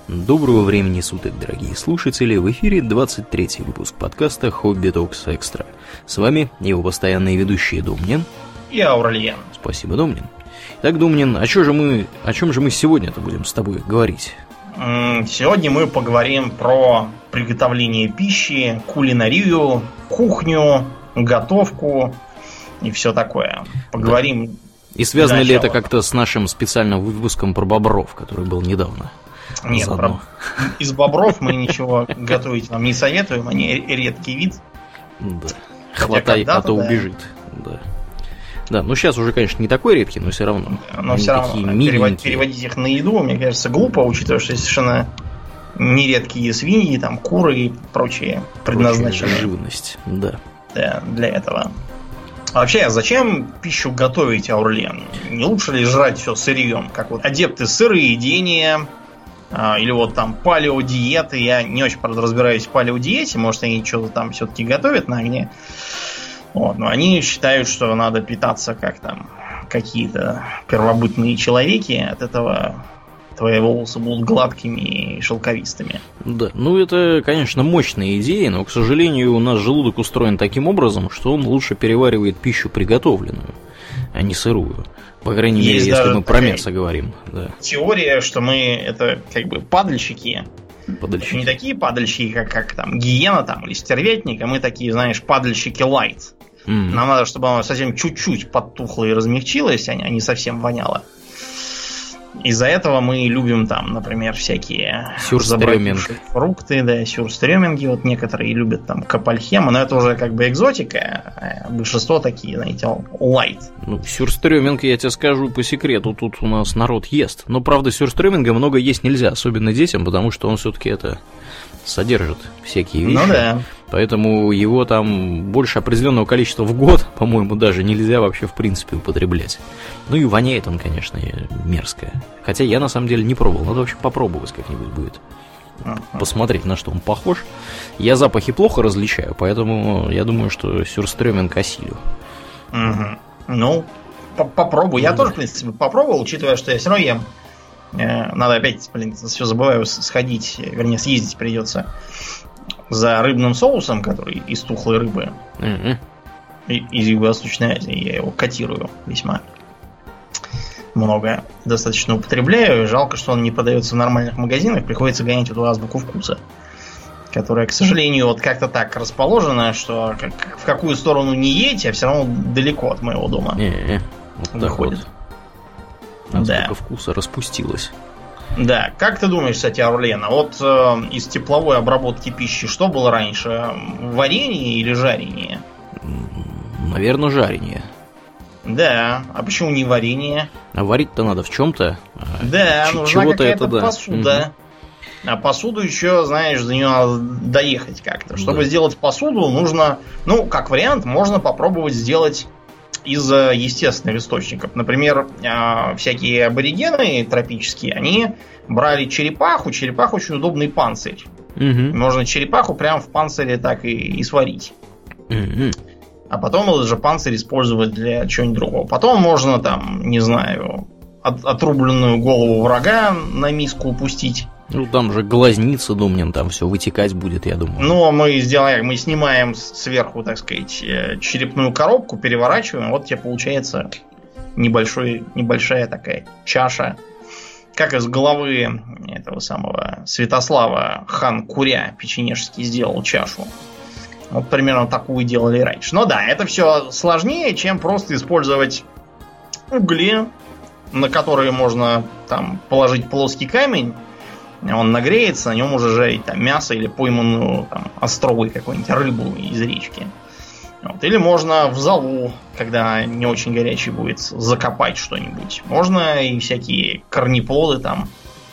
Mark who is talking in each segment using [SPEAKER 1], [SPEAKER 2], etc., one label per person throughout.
[SPEAKER 1] Доброго времени суток, дорогие слушатели! В эфире 23-й выпуск подкаста «Хобби Токс Экстра». С вами его постоянные ведущие Домнин
[SPEAKER 2] и Аурельян.
[SPEAKER 1] Спасибо, Домнин. Итак, Домнин, о чем же мы сегодня-то будем с тобой говорить?
[SPEAKER 2] Сегодня мы поговорим про приготовление пищи, кулинарию, кухню, готовку и все такое. Поговорим.
[SPEAKER 1] Да. И связано ли это как-то с нашим специальным выпуском про бобров, который был недавно?
[SPEAKER 2] Нет, из бобров мы ничего готовить вам не советуем, они редкий вид.
[SPEAKER 1] Да. Хватай, а то убежит. Да, ну сейчас уже, конечно, не такой редкий, но все равно.
[SPEAKER 2] Но все равно переводить их на еду, мне кажется, глупо, учитывая, что совершенно нередкие свиньи, там, куры и прочие предназначены.
[SPEAKER 1] Живность, да.
[SPEAKER 2] Да, для этого. А вообще, зачем пищу готовить, Аурлиен? Не лучше ли жрать все сырьем, как вот адепты сыроедения, или вот там палеодиеты? Я не очень, правда, разбираюсь в палеодиете, может, они что-то там все-таки готовят на огне. Вот, но они считают, что надо питаться как там какие-то первобытные человеки, от этого твои волосы будут гладкими и шелковистыми.
[SPEAKER 1] Да, ну это, конечно, мощная идея, но, к сожалению, у нас желудок устроен таким образом, что он лучше переваривает пищу приготовленную, а не сырую. По крайней мере, если мы про мясо говорим. Да.
[SPEAKER 2] Теория, что мы это как бы падальщики. Не такие падальщики, как там гиена там, или стервятник, а мы такие, знаешь, падальщики лайт. Нам надо, чтобы оно совсем чуть-чуть подтухло и размягчилось, а не совсем воняло. Из-за этого мы любим там, например, всякие
[SPEAKER 1] сюрстрёминг,
[SPEAKER 2] фрукты, да, сюрстрёминги, вот некоторые любят там капальхема, но это уже как бы экзотика, а большинство такие, знаете, лайт.
[SPEAKER 1] Ну, сюрстрёминг, я тебе скажу по секрету, тут у нас народ ест, но правда сюрстрёминга много есть нельзя, особенно детям, потому что он все-таки это содержит всякие вещи.
[SPEAKER 2] Ну да.
[SPEAKER 1] Поэтому его там больше определенного количества в год, по-моему, даже нельзя вообще в принципе употреблять. Ну и воняет он, конечно, мерзко. Хотя я на самом деле не пробовал. Надо вообще попробовать как-нибудь будет. Посмотреть, на что он похож. Я запахи плохо различаю, поэтому я думаю, что сюрстрёминг осилю.
[SPEAKER 2] Ну, попробуй. Я тоже, в принципе, попробовал, учитывая, что я все равно ем. Надо опять, все забываю сходить, вернее, съездить придется за рыбным соусом, который из тухлой рыбы, из Юго-Восточной Азии. Я его котирую весьма много, достаточно употребляю. Жалко, что он не продается в нормальных магазинах. Приходится гонять эту азбуку вкуса, которая, к сожалению, вот как-то так расположена, что в какую сторону не едь, а все равно далеко от моего дома
[SPEAKER 1] вот выходит. Азбука вкуса распустилась.
[SPEAKER 2] Да, как ты думаешь, кстати, Аурлиен, вот из тепловой обработки пищи что было раньше? Варенье или жарение?
[SPEAKER 1] Наверное, жарение.
[SPEAKER 2] Да, а почему не варенье?
[SPEAKER 1] А варить-то надо в чем-то.
[SPEAKER 2] Да, нужна какая-то посуда. А посуду еще, знаешь, до нее надо доехать как-то. Чтобы сделать посуду, нужно, ну, как вариант, можно попробовать сделать из естественных источников. Например, всякие аборигены тропические, они брали черепаху. Черепаха очень удобный панцирь. Можно черепаху прямо в панцире так и сварить. А потом этот же панцирь использовать для чего-нибудь другого. Потом можно там, не знаю, отрубленную голову врага на миску упустить.
[SPEAKER 1] Ну, там же глазница, Домнин, там все вытекать будет, я думаю.
[SPEAKER 2] Ну, мы снимаем сверху, так сказать, черепную коробку, переворачиваем, вот тебе получается небольшая такая чаша. Как из головы этого самого Святослава хан Куря печенежский сделал чашу. Вот примерно такую делали раньше. Но да, это все сложнее, чем просто использовать угли, на которые можно там положить плоский камень. Он нагреется, на нем уже жарить там мясо или пойманную там островой какой-нибудь рыбу из речки. Вот. Или можно в золу, когда не очень горячий будет, закопать что-нибудь. Можно и всякие корнеплоды там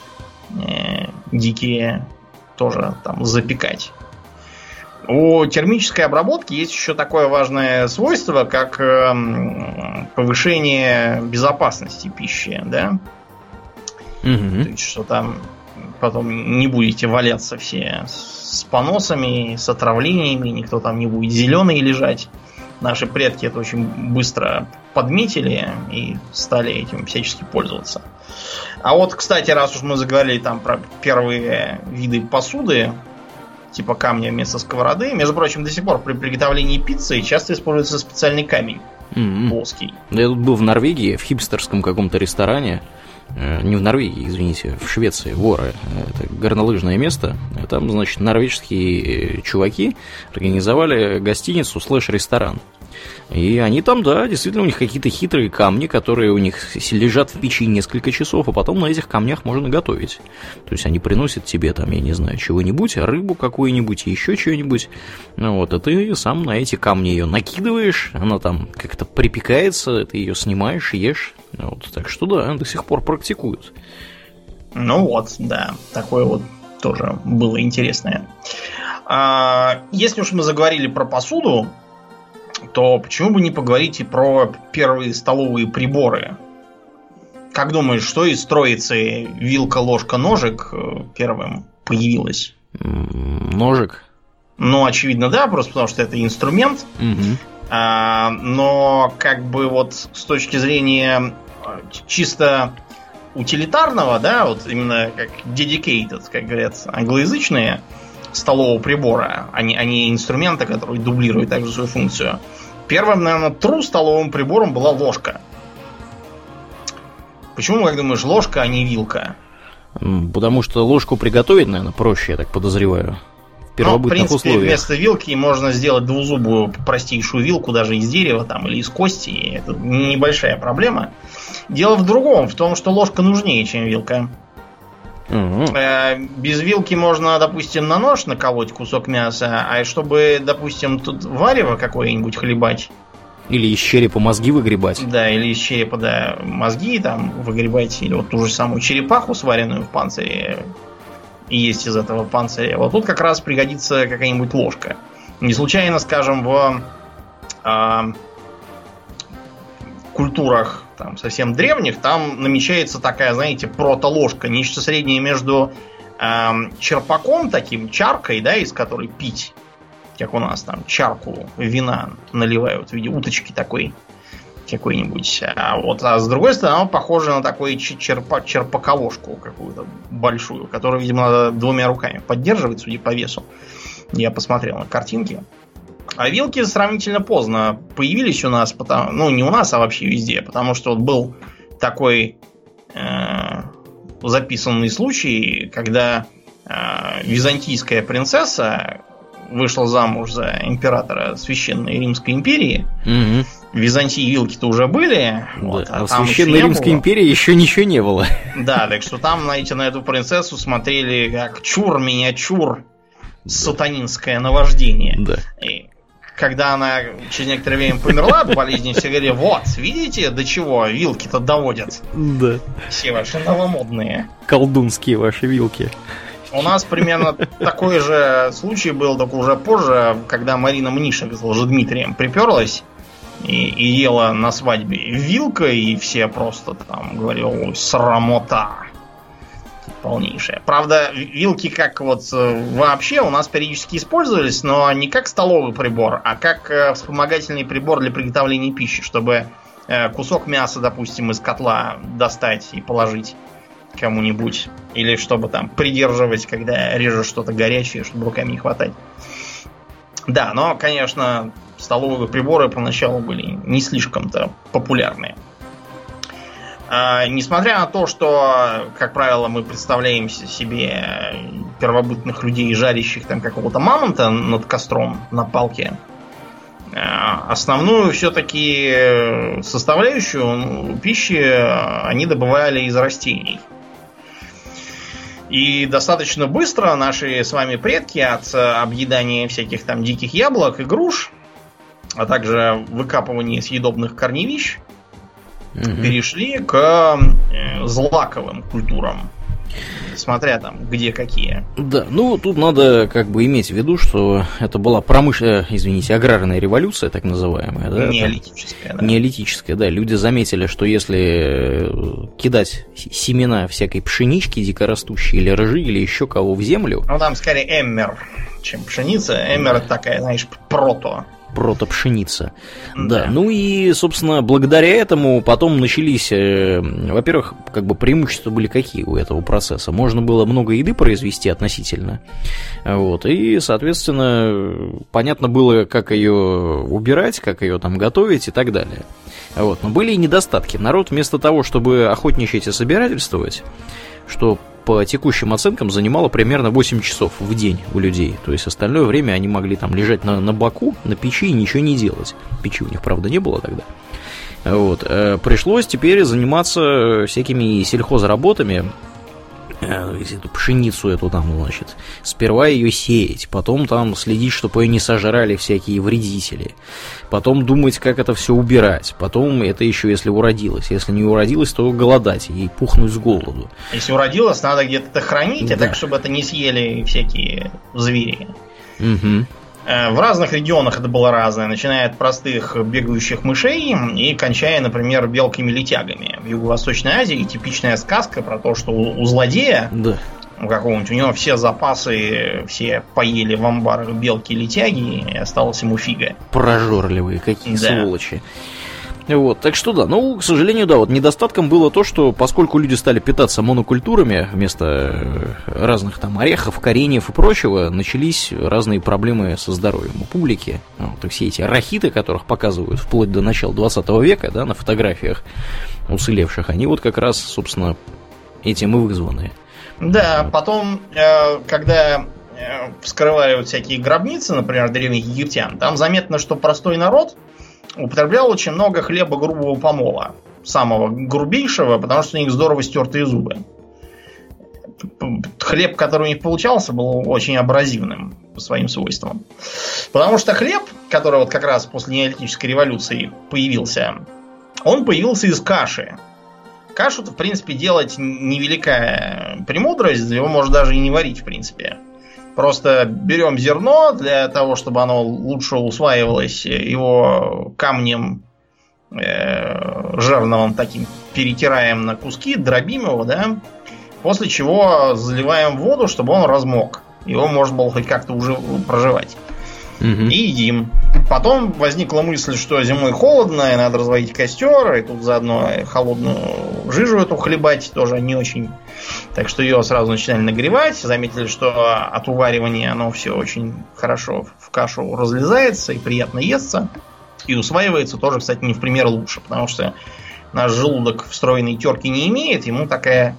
[SPEAKER 2] дикие тоже там запекать. У термической обработки есть еще такое важное свойство, как повышение безопасности пищи, да? То есть, что там потом не будете валяться все с поносами, с отравлениями, никто там не будет зеленый лежать. Наши предки это очень быстро подметили и стали этим всячески пользоваться. А вот, кстати, раз уж мы заговорили там про первые виды посуды, типа камня вместо сковороды, между прочим, до сих пор при приготовлении пиццы часто используется специальный камень плоский.
[SPEAKER 1] Я тут был в Норвегии, в хипстерском каком-то ресторане. Не в Норвегии, извините, в Швеции, Воры. Это горнолыжное место. Там, значит, норвежские чуваки организовали гостиницу /ресторан. И они там, да, действительно, у них какие-то хитрые камни, которые у них лежат в печи несколько часов, а потом на этих камнях можно готовить. То есть они приносят тебе там, я не знаю, чего-нибудь, рыбу какую-нибудь, еще чего-нибудь. Ну вот, и ты сам на эти камни ее накидываешь, она там как-то припекается, ты ее снимаешь, ешь. Вот, так что да, до сих пор практикуют.
[SPEAKER 2] Ну вот, да, такое вот тоже было интересное. Если уж мы заговорили про посуду, то почему бы не поговорить и про первые столовые приборы? Как думаешь, что из троицы вилка, ложка, ножик первым появилось?
[SPEAKER 1] Ножик?
[SPEAKER 2] Ну, очевидно, да, просто потому что это инструмент. Но как бы вот с точки зрения чисто утилитарного, да, вот именно как dedicated, как говорят англоязычные, столового прибора, а не инструмента, который дублирует также свою функцию. Первым, наверное, true столовым прибором была ложка. Почему, как думаешь, ложка, а не вилка?
[SPEAKER 1] Потому что ложку приготовить, наверное, проще, я так подозреваю. В первобытных
[SPEAKER 2] в принципе,
[SPEAKER 1] условиях.
[SPEAKER 2] Вместо вилки можно сделать двузубую простейшую вилку, даже из дерева там, или из кости. Это небольшая проблема. Дело в другом, в том, что ложка нужнее, чем вилка. Без вилки можно, допустим, на нож наколоть кусок мяса, а чтобы, допустим, тут варево какое-нибудь хлебать.
[SPEAKER 1] Или из черепа мозги выгребать.
[SPEAKER 2] Да, или из черепа, да, мозги там выгребать, или вот ту же самую черепаху, сваренную в панцире, и есть из этого панциря. Вот тут как раз пригодится какая-нибудь ложка. Не случайно, скажем, в культурах там, совсем древних, там намечается такая, знаете, протоложка, нечто среднее между черпаком таким, чаркой, да, из которой пить, как у нас там чарку вина наливают в виде уточки такой какой-нибудь. А с другой стороны, оно похоже на такую черпаковошку какую-то большую, которую, видимо, надо двумя руками поддерживать, судя по весу. Я посмотрел на картинки. А вилки сравнительно поздно появились у нас, ну не у нас, а вообще везде, потому что вот был такой записанный случай, когда византийская принцесса вышла замуж за императора Священной Римской империи. В Византии вилки-то уже были.
[SPEAKER 1] Да,
[SPEAKER 2] вот,
[SPEAKER 1] а в Священной Римской империи еще ничего не было.
[SPEAKER 2] Да, так что там, знаете, на эту принцессу смотрели как чур-миниатюр, сатанинское наваждение.
[SPEAKER 1] Да.
[SPEAKER 2] И когда она через некоторое время померла от болезни, все говорили: вот, видите, до чего вилки-то доводят.
[SPEAKER 1] Да.
[SPEAKER 2] Все ваши новомодные.
[SPEAKER 1] Колдунские ваши вилки.
[SPEAKER 2] У нас примерно такой же случай был, только уже позже, когда Марина Мнишек с Лжедмитрием приперлась и ела на свадьбе вилкой, и все просто там говорили: срамота полнейшая. Правда, вилки как вот вообще у нас периодически использовались, но не как столовый прибор, а как вспомогательный прибор для приготовления пищи, чтобы кусок мяса, допустим, из котла достать и положить кому-нибудь. Или чтобы там придерживать, когда режешь что-то горячее, чтобы руками не хватать. Да, но, конечно, столовые приборы поначалу были не слишком-то популярные. Несмотря на то, что, как правило, мы представляем себе первобытных людей, жарящих там какого-то мамонта над костром на палке, основную все-таки составляющую пищи они добывали из растений. И достаточно быстро наши с вами предки от объедания всяких там диких яблок и груш, а также выкапывания съедобных корневищ, перешли к злаковым культурам. Смотря там, где какие.
[SPEAKER 1] Да, ну тут надо как бы иметь в виду, что это была аграрная революция, так называемая. Да?
[SPEAKER 2] Неолитическая, да.
[SPEAKER 1] Неолитическая, да. Люди заметили, что если кидать семена всякой пшенички дикорастущей, или ржи, или еще кого в землю...
[SPEAKER 2] Ну там скорее эммер, чем пшеница. Эммер это такая, знаешь, прото.
[SPEAKER 1] протопшеница. Да, ну и, собственно, благодаря этому потом начались, во-первых, как бы преимущества были какие у этого процесса. Можно было много еды произвести относительно, вот, и, соответственно, понятно было, как ее убирать, как ее там готовить и так далее. Вот, но были и недостатки. Народ вместо того, чтобы охотничать и собирательствовать, что по текущим оценкам занимало примерно 8 часов в день у людей. То есть остальное время они могли там лежать на боку, на печи и ничего не делать. Печи у них, правда, не было тогда. Вот. Пришлось теперь заниматься всякими сельхозработами, эту пшеницу эту там, значит, сперва ее сеять, потом там следить, чтобы ее не сожрали всякие вредители, потом думать, как это все убирать, потом это еще если уродилось, если не уродилось, то голодать и пухнуть с голоду. Если уродилось, надо где-то это хранить, да, так, чтобы это не съели всякие звери. Угу. В разных регионах это было разное, начиная от простых бегающих мышей и кончая, например, белками-летягами. В Юго-Восточной Азии типичная сказка про то, что у злодея, да, у какого-нибудь, у него все запасы, все поели в амбарах белки-летяги, и осталось ему фига. Прожорливые какие, да, сволочи. Вот, так что да, ну, к сожалению, да, вот недостатком было то, что поскольку люди стали питаться монокультурами вместо разных там орехов, кореньев и прочего, начались разные проблемы со здоровьем у публики. Вот, и все эти рахиты, которых показывают вплоть до начала 20 века, да, на фотографиях уцелевших, они вот как раз, собственно, этим и вызваны. Да, потом, когда вскрывают всякие гробницы, например, древних египтян, там заметно, что простой народ употреблял очень много хлеба грубого помола, самого грубейшего, потому что у них здорово стертые зубы. Хлеб, который у них получался, был очень абразивным по своим свойствам. Потому что хлеб, который вот как раз после неолитической революции появился, он появился из каши. Кашу-то, в принципе, делать невеликая премудрость, его можно даже и не варить, в принципе. Просто берем зерно для того, чтобы оно лучше усваивалось, его камнем жирновым таким перетираем на куски, дробим его, да, после чего заливаем в воду, чтобы он размок. Его можно было хоть как-то уже проживать. И едим. Потом возникла мысль, что зимой холодно, и надо разводить костер, и тут заодно холодную жижу эту хлебать тоже не очень. Так что ее сразу начинали нагревать. Заметили, что от уваривания оно все очень хорошо в кашу разлезается и приятно естся. И усваивается тоже, кстати, не в пример лучше, потому что наш желудок встроенной терки не имеет, ему такая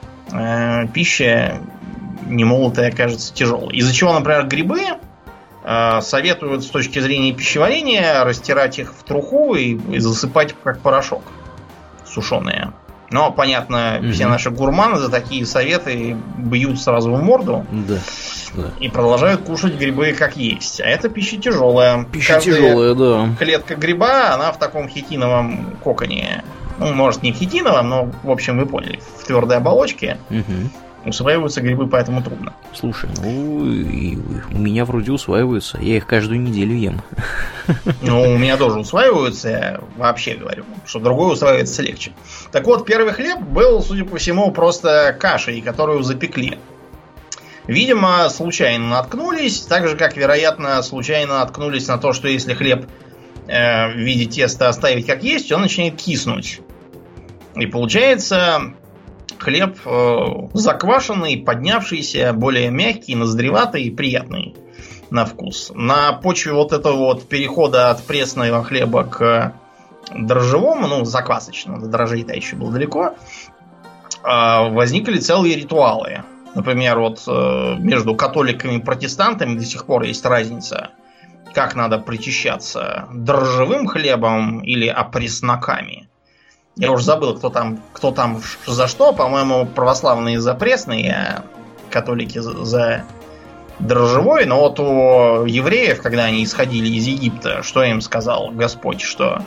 [SPEAKER 1] пища немолотая кажется тяжелой. Из-за чего, например, грибы советуют с точки зрения пищеварения растирать их в труху и засыпать как порошок сушеные. Но, понятно, все наши гурманы за такие советы бьют сразу в морду, да, и продолжают кушать грибы как есть. А это пища тяжелая. Пища тяжелая, да. Клетка гриба, она в таком хитиновом коконе. Ну, может, не в хитиновом, но, в общем, вы поняли, в твердой оболочке. Усваиваются грибы, поэтому трудно. Слушай, ну, у меня вроде усваиваются. Я их каждую неделю ем. Ну, у меня тоже усваиваются, я вообще говорю, что другой усваивается легче. Так вот, первый хлеб был, судя по всему, просто кашей, которую запекли. Видимо, случайно наткнулись, так же, как, вероятно, случайно наткнулись на то, что если хлеб в виде теста оставить как есть, он начинает киснуть. И получается хлеб заквашенный, поднявшийся, более мягкий, ноздреватый и приятный на вкус. На почве вот этого вот перехода от пресного хлеба к дрожжевому, ну, заквасочному, до дрожжей-то еще было далеко, возникли целые ритуалы. Например, вот между католиками и протестантами до сих пор есть разница, как надо причащаться: дрожжевым хлебом или опресноками. Я уже забыл, кто там за что. По-моему, православные за пресный, а католики за дрожжевой. Но вот у евреев, когда они исходили из Египта, что им сказал Господь? Что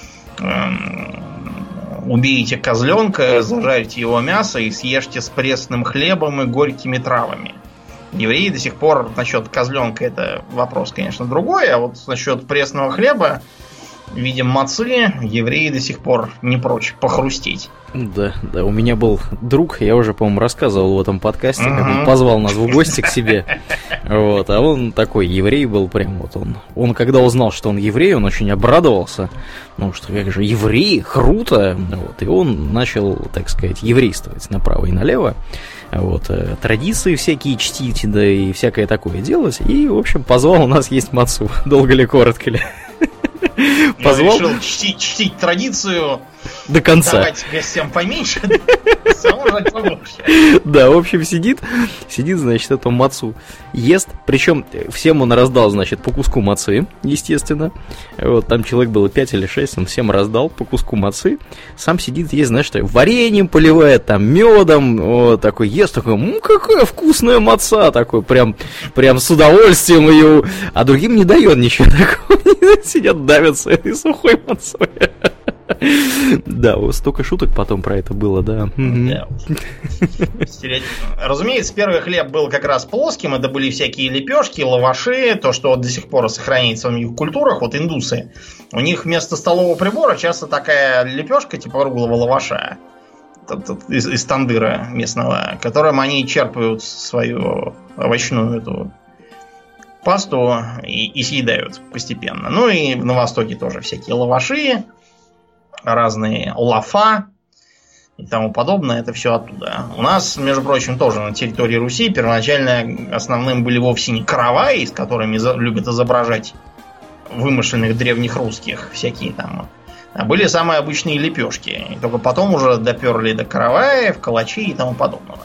[SPEAKER 1] убейте козленка, зажарьте его мясо и съешьте с пресным хлебом и горькими травами. Евреи до сих пор насчет козленка это вопрос, конечно, другой, а вот насчет пресного хлеба
[SPEAKER 2] в виде мацы, евреи до сих пор не прочь похрустеть.
[SPEAKER 1] Да, у меня был друг, я уже, по-моему, рассказывал в этом подкасте, как он позвал нас в гости к себе, вот, а он такой еврей был, прям вот он когда узнал, что он еврей, он очень обрадовался, ну что, как же, еврей, круто, вот, и он начал, так сказать, еврействовать направо и налево, вот, традиции всякие чтить, да и всякое такое делать, и, в общем, позвал, у нас есть мацу, долго ли, коротко ли.
[SPEAKER 2] Позвал... Решил чтить традицию.
[SPEAKER 1] До конца.
[SPEAKER 2] Давать гостям поменьше, самому побольше.
[SPEAKER 1] Да, в общем, сидит, значит, эту мацу ест. Причем всем он раздал, значит, по куску мацы, естественно. Вот, там человек было 5 или 6, он всем раздал по куску мацы. Сам сидит, ест, знаешь, что, вареньем поливает, там, медом, вот, такой ест, такой, какая вкусная маца, такой, прям с удовольствием ее, а другим не дает ничего такого. Сидят, давятся этой сухой мацой. Да, столько шуток потом про это было, да.
[SPEAKER 2] Да. Разумеется, первый хлеб был как раз плоским, это были всякие лепешки, лаваши, то, что до сих пор сохраняется в их культурах, вот индусы. У них вместо столового прибора часто такая лепешка, типа круглого лаваша, из тандыра местного, которым они черпают свою овощную эту пасту и съедают постепенно. Ну и на Востоке тоже всякие лаваши, разные лафа и тому подобное, это все оттуда. У нас, между прочим, тоже на территории Руси первоначально основным были вовсе не караваи, с которыми любят изображать вымышленных древних русских всякие там, а были самые обычные лепешки. И только потом уже доперли до караваев, калачи и тому подобного.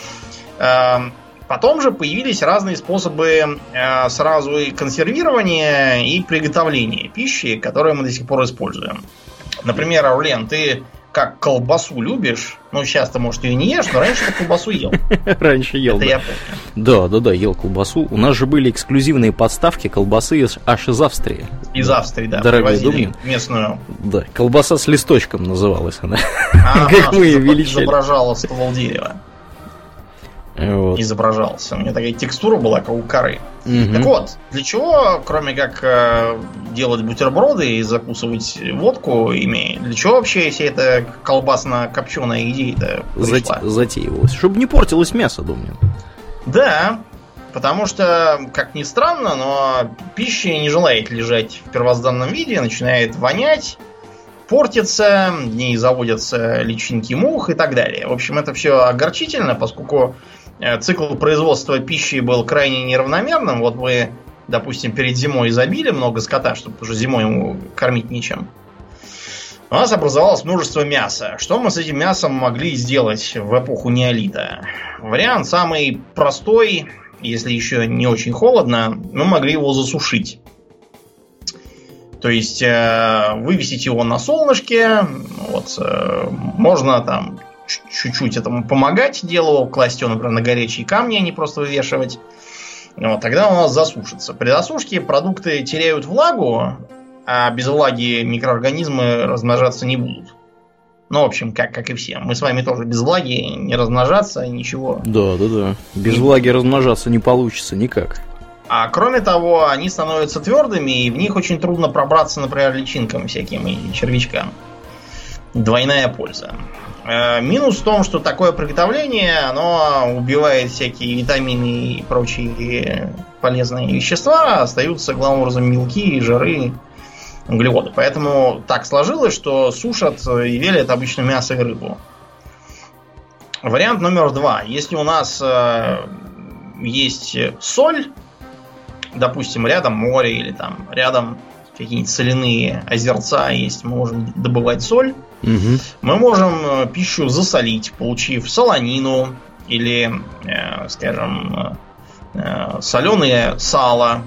[SPEAKER 2] Потом же появились разные способы сразу и консервирования, и приготовления пищи, которые мы до сих пор используем. Например, Аурлен, ты как колбасу любишь? Ну, сейчас ты, может, ее не ешь, но раньше ты колбасу ел.
[SPEAKER 1] Раньше ел,
[SPEAKER 2] это
[SPEAKER 1] да.
[SPEAKER 2] Я
[SPEAKER 1] помню. Да, ел колбасу. У нас же были эксклюзивные подставки колбасы аж из Австрии.
[SPEAKER 2] Из Австрии, да.
[SPEAKER 1] Дорогой Дубнин.
[SPEAKER 2] Местную.
[SPEAKER 1] Да, колбаса с листочком называлась она. Как мы ее величали.
[SPEAKER 2] Изображала ствол дерева. Вот. Изображался. У меня такая текстура была, как у коры. Так вот, для чего, кроме как делать бутерброды и закусывать водку ими, для чего вообще вся эта колбасно-копченая идея-то пришла?
[SPEAKER 1] Затеивалась. Чтобы не портилось мясо, думаю.
[SPEAKER 2] Да, потому что, как ни странно, но пища не желает лежать в первозданном виде, начинает вонять, портится, в ней заводятся личинки мух и так далее. В общем, это все огорчительно, поскольку цикл производства пищи был крайне неравномерным. Вот вы, допустим, перед зимой забили много скота, чтобы уже зимой ему кормить нечем. У нас образовалось множество мяса. Что мы с этим мясом могли сделать в эпоху неолита? Вариант самый простой, если еще не очень холодно, мы могли его засушить. То есть вывесить его на солнышке. Вот, можно там чуть-чуть этому помогать делу, класть его, например, на горячие камни, а не просто вывешивать. Вот, тогда он у нас засушится. При засушке продукты теряют влагу, а без влаги микроорганизмы размножаться не будут. Ну, в общем, как и все. Мы с вами тоже без влаги не размножаться, ничего.
[SPEAKER 1] Да. Без влаги размножаться не получится никак.
[SPEAKER 2] А кроме того, они становятся твердыми, и в них очень трудно пробраться, например, личинкам всяким и червячкам. Двойная польза. Минус в том, что такое приготовление, оно убивает всякие витамины и прочие полезные вещества, остаются, главным образом, белки, жиры, углеводы. Поэтому так сложилось, что сушат и велят обычно мясо и рыбу. Вариант номер 2. Если у нас есть соль, допустим, рядом море или там рядом какие-нибудь соляные озерца есть, мы можем добывать соль. Мы можем пищу засолить, получив солонину или, скажем, соленое сало,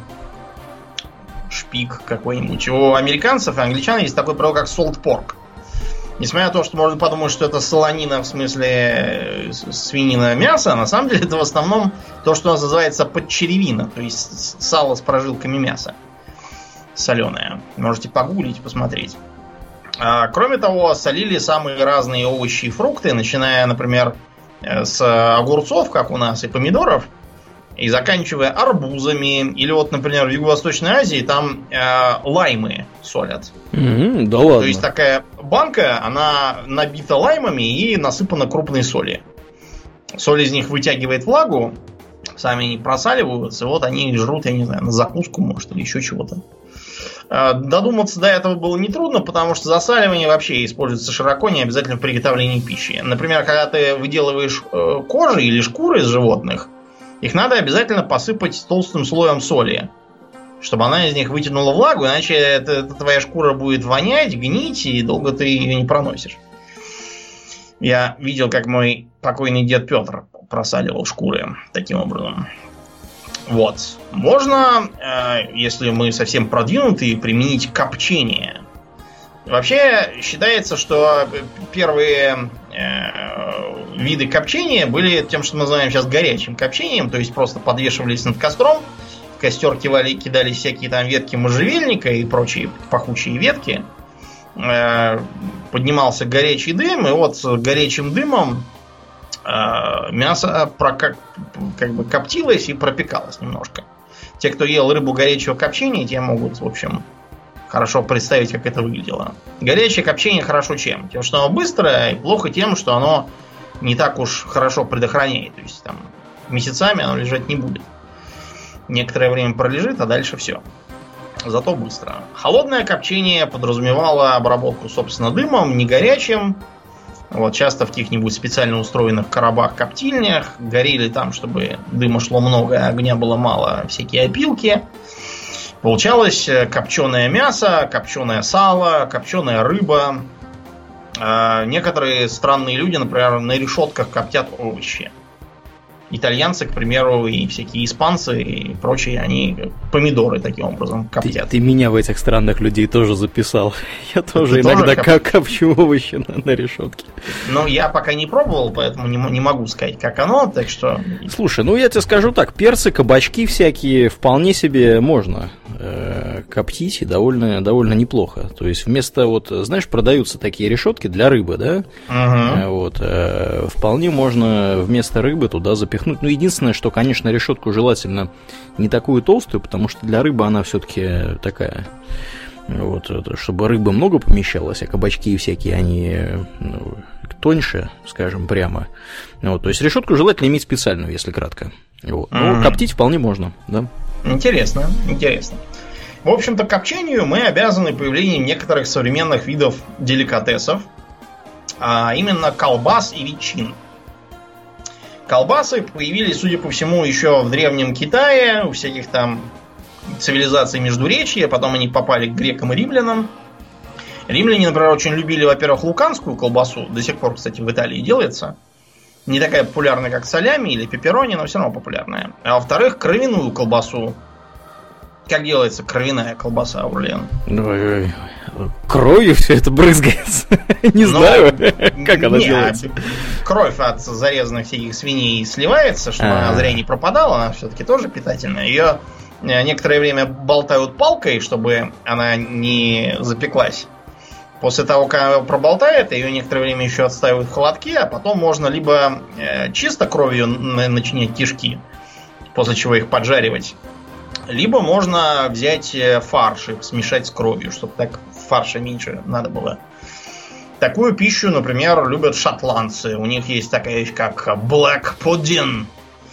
[SPEAKER 2] шпик какой-нибудь. У американцев и англичан есть такой продукт, как salt pork. Несмотря на то, что можно подумать, что это солонина в смысле свинина, мясо, на самом деле это в основном то, что у нас называется подчеревина, то есть сало с прожилками мяса соленое. Можете погуглить, посмотреть. Кроме того, солили самые разные овощи и фрукты, начиная, например, с огурцов, как у нас, и помидоров, и заканчивая арбузами. Или вот, например, в Юго-Восточной Азии там лаймы солят.
[SPEAKER 1] Да ладно.
[SPEAKER 2] То есть такая банка, она набита лаймами и насыпана крупной соли. Соль из них вытягивает влагу, сами они просаливаются, и вот они жрут, я не знаю, на закуску, может, или еще чего-то. Додуматься до этого было нетрудно, потому что засаливание вообще используется широко, не обязательно в приготовлении пищи. Например, когда ты выделываешь кожи или шкуры из животных, их надо обязательно посыпать толстым слоем соли, чтобы она из них вытянула влагу, иначе эта твоя шкура будет вонять, гнить, и долго ты ее не проносишь. Я видел, как мой покойный дед Петр просаливал шкуры таким образом. Вот. Можно, если мы совсем продвинутые, применить копчение. Вообще считается, что первые виды копчения были тем, что мы называем сейчас горячим копчением, то есть просто подвешивались над костром, в костер кидали всякие там ветки можжевельника и прочие пахучие ветки, поднимался горячий дым, и вот с горячим дымом мясо как бы коптилось и пропекалось немножко. Те, кто ел рыбу горячего копчения, те могут, в общем, хорошо представить, как это выглядело. Горячее копчение хорошо чем? Тем, что оно быстрое, и плохо тем, что оно не так уж хорошо предохраняет. То есть там месяцами оно лежать не будет. Некоторое время пролежит, а дальше все. Зато быстро. Холодное копчение подразумевало обработку, собственно, дымом, не горячим. Вот, часто в каких-нибудь специально устроенных коробах-коптильнях горели там, чтобы дыма шло много, а огня было мало, всякие опилки. Получалось копченое мясо, копченое сало, копченая рыба. Некоторые странные люди, например, на решетках коптят овощи. Итальянцы, к примеру, и всякие испанцы и прочие, они помидоры таким образом коптят.
[SPEAKER 1] Ты меня в этих странных людей тоже записал. Я тоже иногда копчу овощи на решетке.
[SPEAKER 2] Но я пока не пробовал, поэтому не могу сказать, как оно, так что...
[SPEAKER 1] Слушай, я тебе скажу так, перцы, кабачки всякие вполне себе можно коптить и довольно неплохо. То есть вместо, знаешь, продаются такие решетки для рыбы, да? Угу. Вполне можно вместо рыбы туда запихнуть. Единственное, что, конечно, решетку желательно не такую толстую, потому что для рыбы она все-таки такая, чтобы рыбы много помещалось, а кабачки всякие, они тоньше, скажем прямо. То есть решетку желательно иметь специальную, если кратко. Коптить вполне можно, да.
[SPEAKER 2] Интересно. В общем-то, к копчению мы обязаны появлением некоторых современных видов деликатесов, а именно колбас и ветчин. Колбасы появились, судя по всему, еще в Древнем Китае, у всяких там цивилизаций Междуречья, потом они попали к грекам и римлянам. Римляне, например, очень любили, во-первых, луканскую колбасу, до сих пор, кстати, в Италии делается. Не такая популярная, как солями или пепперони, но все равно популярная. А во-вторых, кровяную колбасу. Как делается кровяная колбаса, Аурлиан?
[SPEAKER 1] Кровью все это брызгается. Не знаю, как она делается.
[SPEAKER 2] Кровь от зарезанных всяких свиней сливается, чтобы она зря не пропадала. Она все-таки тоже питательная. Ее некоторое время болтают палкой, чтобы она не запеклась. После того, как она проболтает, ее некоторое время еще отстаивают в холодке, а потом можно либо чисто кровью начинять кишки, после чего их поджаривать, либо можно взять фарш и смешать с кровью, чтобы так фарша меньше надо было. Такую пищу, например, любят шотландцы. У них есть такая вещь, как black pudding.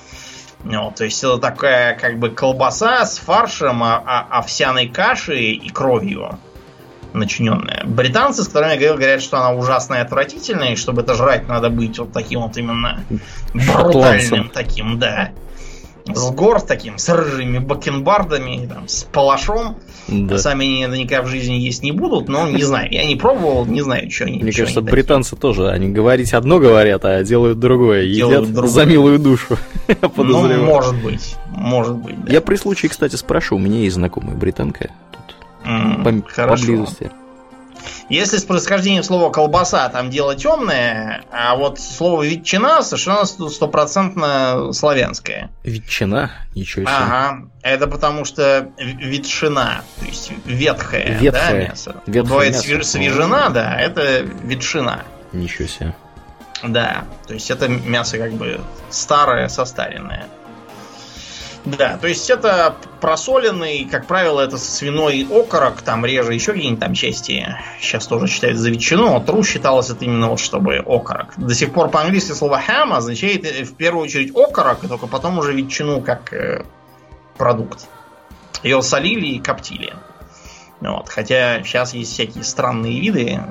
[SPEAKER 2] То есть это такая как бы колбаса с фаршем, овсяной кашей и кровью начиненная. Британцы, с которыми я говорят, что она ужасная и отвратительная, и чтобы это жрать, надо быть вот таким вот именно брутальным таким, да. С гор таким, с рыжими бакенбардами, там, с палашом. Да. Сами они наверняка в жизни есть не будут, но не знаю. Я не пробовал, не знаю, что они.
[SPEAKER 1] Мне кажется, британцы тоже, они говорить одно говорят, а делают другое. Едят за милую душу.
[SPEAKER 2] Ну, может быть, да.
[SPEAKER 1] Я при случае, кстати, спрошу, у меня есть знакомая британка тут поблизости.
[SPEAKER 2] Если с происхождением слова колбаса там дело темное, а вот слово ветчина совершенно стопроцентно славянское.
[SPEAKER 1] Ветчина? Ничего себе.
[SPEAKER 2] Ага. Это потому что ветшина, то есть ветхое. Да, мясо. Бывает свежина, да, это ветшина.
[SPEAKER 1] Ничего себе.
[SPEAKER 2] Да, то есть это мясо как бы старое, состаренное. Да, то есть это просоленный, как правило, это свиной окорок, там реже еще какие-нибудь там части. Сейчас тоже считают за ветчину, но тру считалось это именно вот чтобы окорок. До сих пор по-английски слово ham означает в первую очередь окорок, и только потом уже ветчину как продукт. Ее солили и коптили. Вот. Хотя сейчас есть всякие странные виды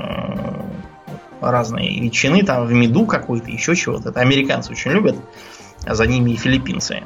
[SPEAKER 2] разные ветчины, там в меду какой-то, еще чего-то. Это американцы очень любят, а за ними и филиппинцы.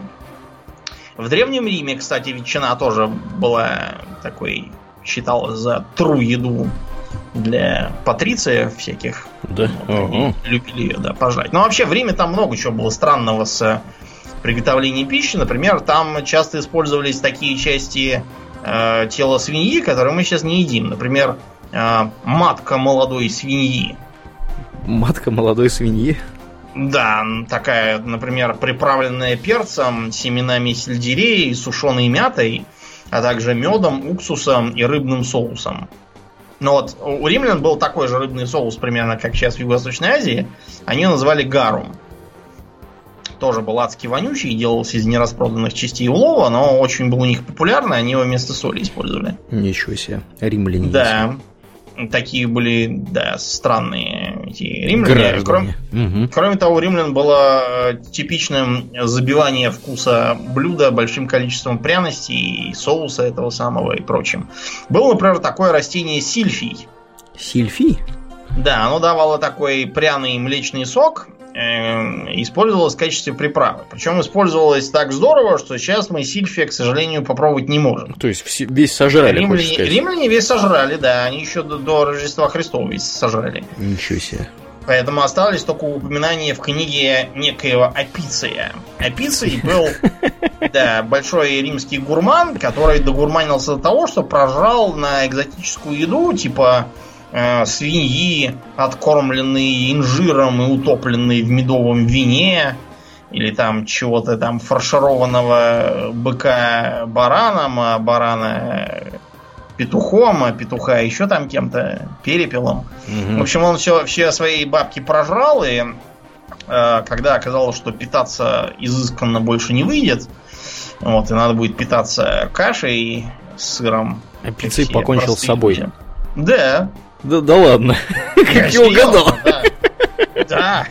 [SPEAKER 2] В Древнем Риме, кстати, ветчина тоже была такой, считалась за true еду для патрициев всяких.
[SPEAKER 1] Да.
[SPEAKER 2] Вот, они любили ее, да, пожрать. Но вообще в Риме там много чего было странного с приготовлением пищи. Например, там часто использовались такие части тела свиньи, которые мы сейчас не едим. Например, матка молодой свиньи.
[SPEAKER 1] Матка молодой свиньи?
[SPEAKER 2] Да, такая, например, приправленная перцем, семенами сельдерея, сушеной мятой, а также медом, уксусом и рыбным соусом. Но вот у римлян был такой же рыбный соус, примерно как сейчас в Юго-Восточной Азии. Они его называли гарум. Тоже был адски вонючий, делался из нераспроданных частей улова, но очень был у них популярный, они его вместо соли использовали.
[SPEAKER 1] Ничего себе, римляне.
[SPEAKER 2] Да. Такие были, да, странные эти римляне. Кроме того, у римлян было типичным забивание вкуса блюда большим количеством пряностей и соуса этого самого и прочим. Было, например, такое растение сильфий.
[SPEAKER 1] Сильфий?
[SPEAKER 2] Да, оно давало такой пряный млечный сок, использовалось в качестве приправы. Причем использовалось так здорово, что сейчас мы сильфия, к сожалению, попробовать не можем.
[SPEAKER 1] То есть весь сожрали,
[SPEAKER 2] римляне весь сожрали, да. Они еще до Рождества Христова весь сожрали.
[SPEAKER 1] Ничего себе.
[SPEAKER 2] Поэтому остались только упоминания в книге некоего Апиция. Апиций был, да, большой римский гурман, который догурманился до того, что прожрал на экзотическую еду, типа свиньи, откормленные инжиром и утопленные в медовом вине, или там чего-то там фаршированного быка бараном, а барана петухом, а петуха еще там кем-то, перепелом. В общем, он все свои бабки прожрал, и когда оказалось, что питаться изысканно больше не выйдет, вот, и надо будет питаться кашей с сыром.
[SPEAKER 1] Апиций покончил с собой.
[SPEAKER 2] Люди. Да.
[SPEAKER 1] Да ладно. Как я угадал.
[SPEAKER 2] Да.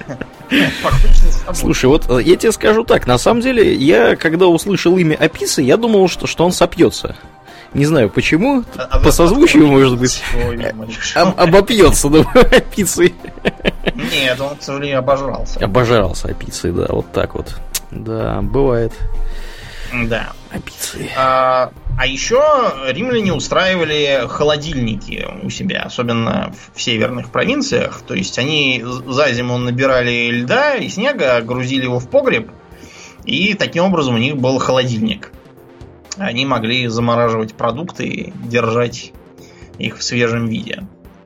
[SPEAKER 1] Слушай, вот я тебе скажу так. На самом деле, я, когда услышал имя Апиций, я думал, что он сопьется. Не знаю почему. По созвучию, может быть. Обопьется, думаю, Апиций.
[SPEAKER 2] Нет, он, к сожалению, обожрался.
[SPEAKER 1] Обожрался Апиций, да, вот так вот. Да, бывает.
[SPEAKER 2] Да.
[SPEAKER 1] Апиций.
[SPEAKER 2] А еще римляне устраивали холодильники у себя, особенно в северных провинциях. То есть они за зиму набирали льда и снега, грузили его в погреб, и таким образом у них был холодильник. Они могли замораживать продукты и держать их в свежем виде.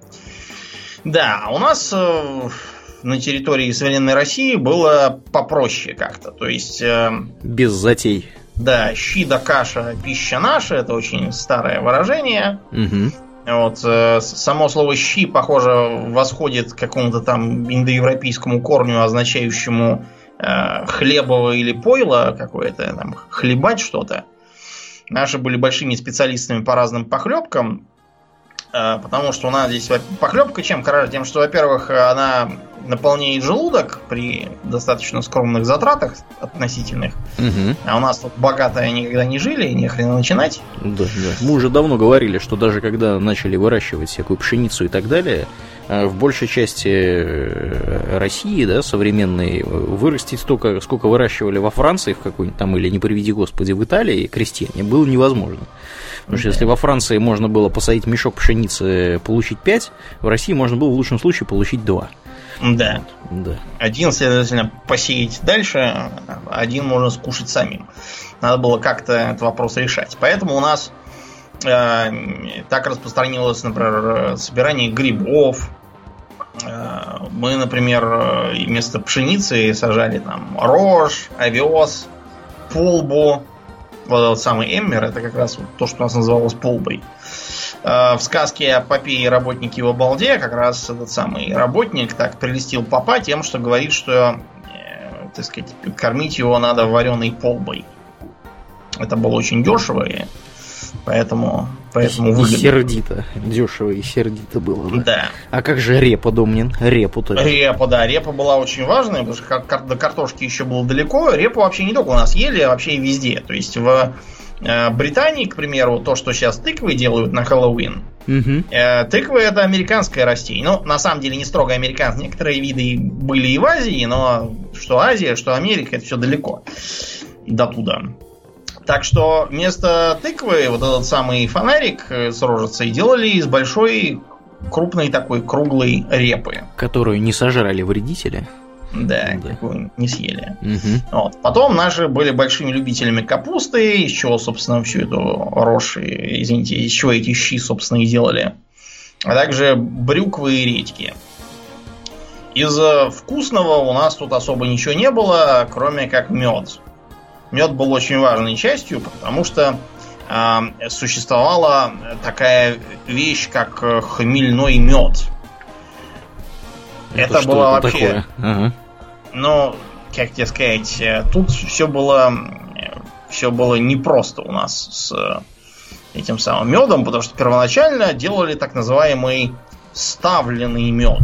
[SPEAKER 2] Да, у нас на территории современной России было попроще как-то. То есть
[SPEAKER 1] без затей.
[SPEAKER 2] Да, щи да каша, пища наша, это очень старое выражение. Вот, само слово щи, похоже, восходит к какому-то там индоевропейскому корню, означающему хлебово или пойло какое-то, там, хлебать что-то. Наши были большими специалистами по разным похлебкам, потому что у нас здесь похлебка чем хороша? Тем, что, во-первых, она наполняет желудок при достаточно скромных затратах относительных. А у нас тут богатые никогда не жили, не хрена начинать.
[SPEAKER 1] Да. Мы уже давно говорили, что даже когда начали выращивать всякую пшеницу и так далее, в большей части России, да, современной, вырастить столько, сколько выращивали во Франции в какой-нибудь там, или не приведи господи, в Италии крестьяне, было невозможно. Потому что если во Франции можно было посадить мешок пшеницы, получить 5, в России можно было в лучшем случае получить 2.
[SPEAKER 2] Да.
[SPEAKER 1] Да.
[SPEAKER 2] Один, следовательно, посеять дальше, один можно скушать самим. Надо было как-то этот вопрос решать. Поэтому у нас так распространилось, например, собирание грибов. Мы, например, вместо пшеницы сажали там рожь, овес, полбу. Вот этот самый эммер, это как раз вот то, что у нас называлось полбой. В сказке о попе и работнике в обалде как раз этот самый работник так прелестил попа тем, что говорит, что, так сказать, кормить его надо вареной полбой. Это было очень дешево, и поэтому выгодно.
[SPEAKER 1] И сердито. Дешево и сердито было.
[SPEAKER 2] Да.
[SPEAKER 1] А как же репа, Домнин? Репу-то.
[SPEAKER 2] Репа была очень важная, потому что до картошки еще было далеко. Репу вообще не только у нас ели, а вообще и везде. То есть в Британии, к примеру, то, что сейчас тыквы делают на Хэллоуин. Тыквы — это американское растение. Ну, на самом деле, не строго американское. Некоторые виды были и в Азии, но что Азия, что Америка, это все далеко до туда. Так что вместо тыквы вот этот самый фонарик с рожицей делали из большой, крупной такой круглой репы.
[SPEAKER 1] Которую не сожрали вредители.
[SPEAKER 2] Да, какую не съели. Вот. Потом наши были большими любителями капусты, из чего, собственно, всю эту рожь, извините, из чего эти щи, собственно, и делали. А также брюквы и редьки. Из вкусного у нас тут особо ничего не было, кроме как мед. Мед был очень важной частью, потому что существовала такая вещь, как хмельной мед. Это было вообще... Ну, как тебе сказать, тут все было непросто у нас с этим самым медом, потому что первоначально делали так называемый ставленный мед.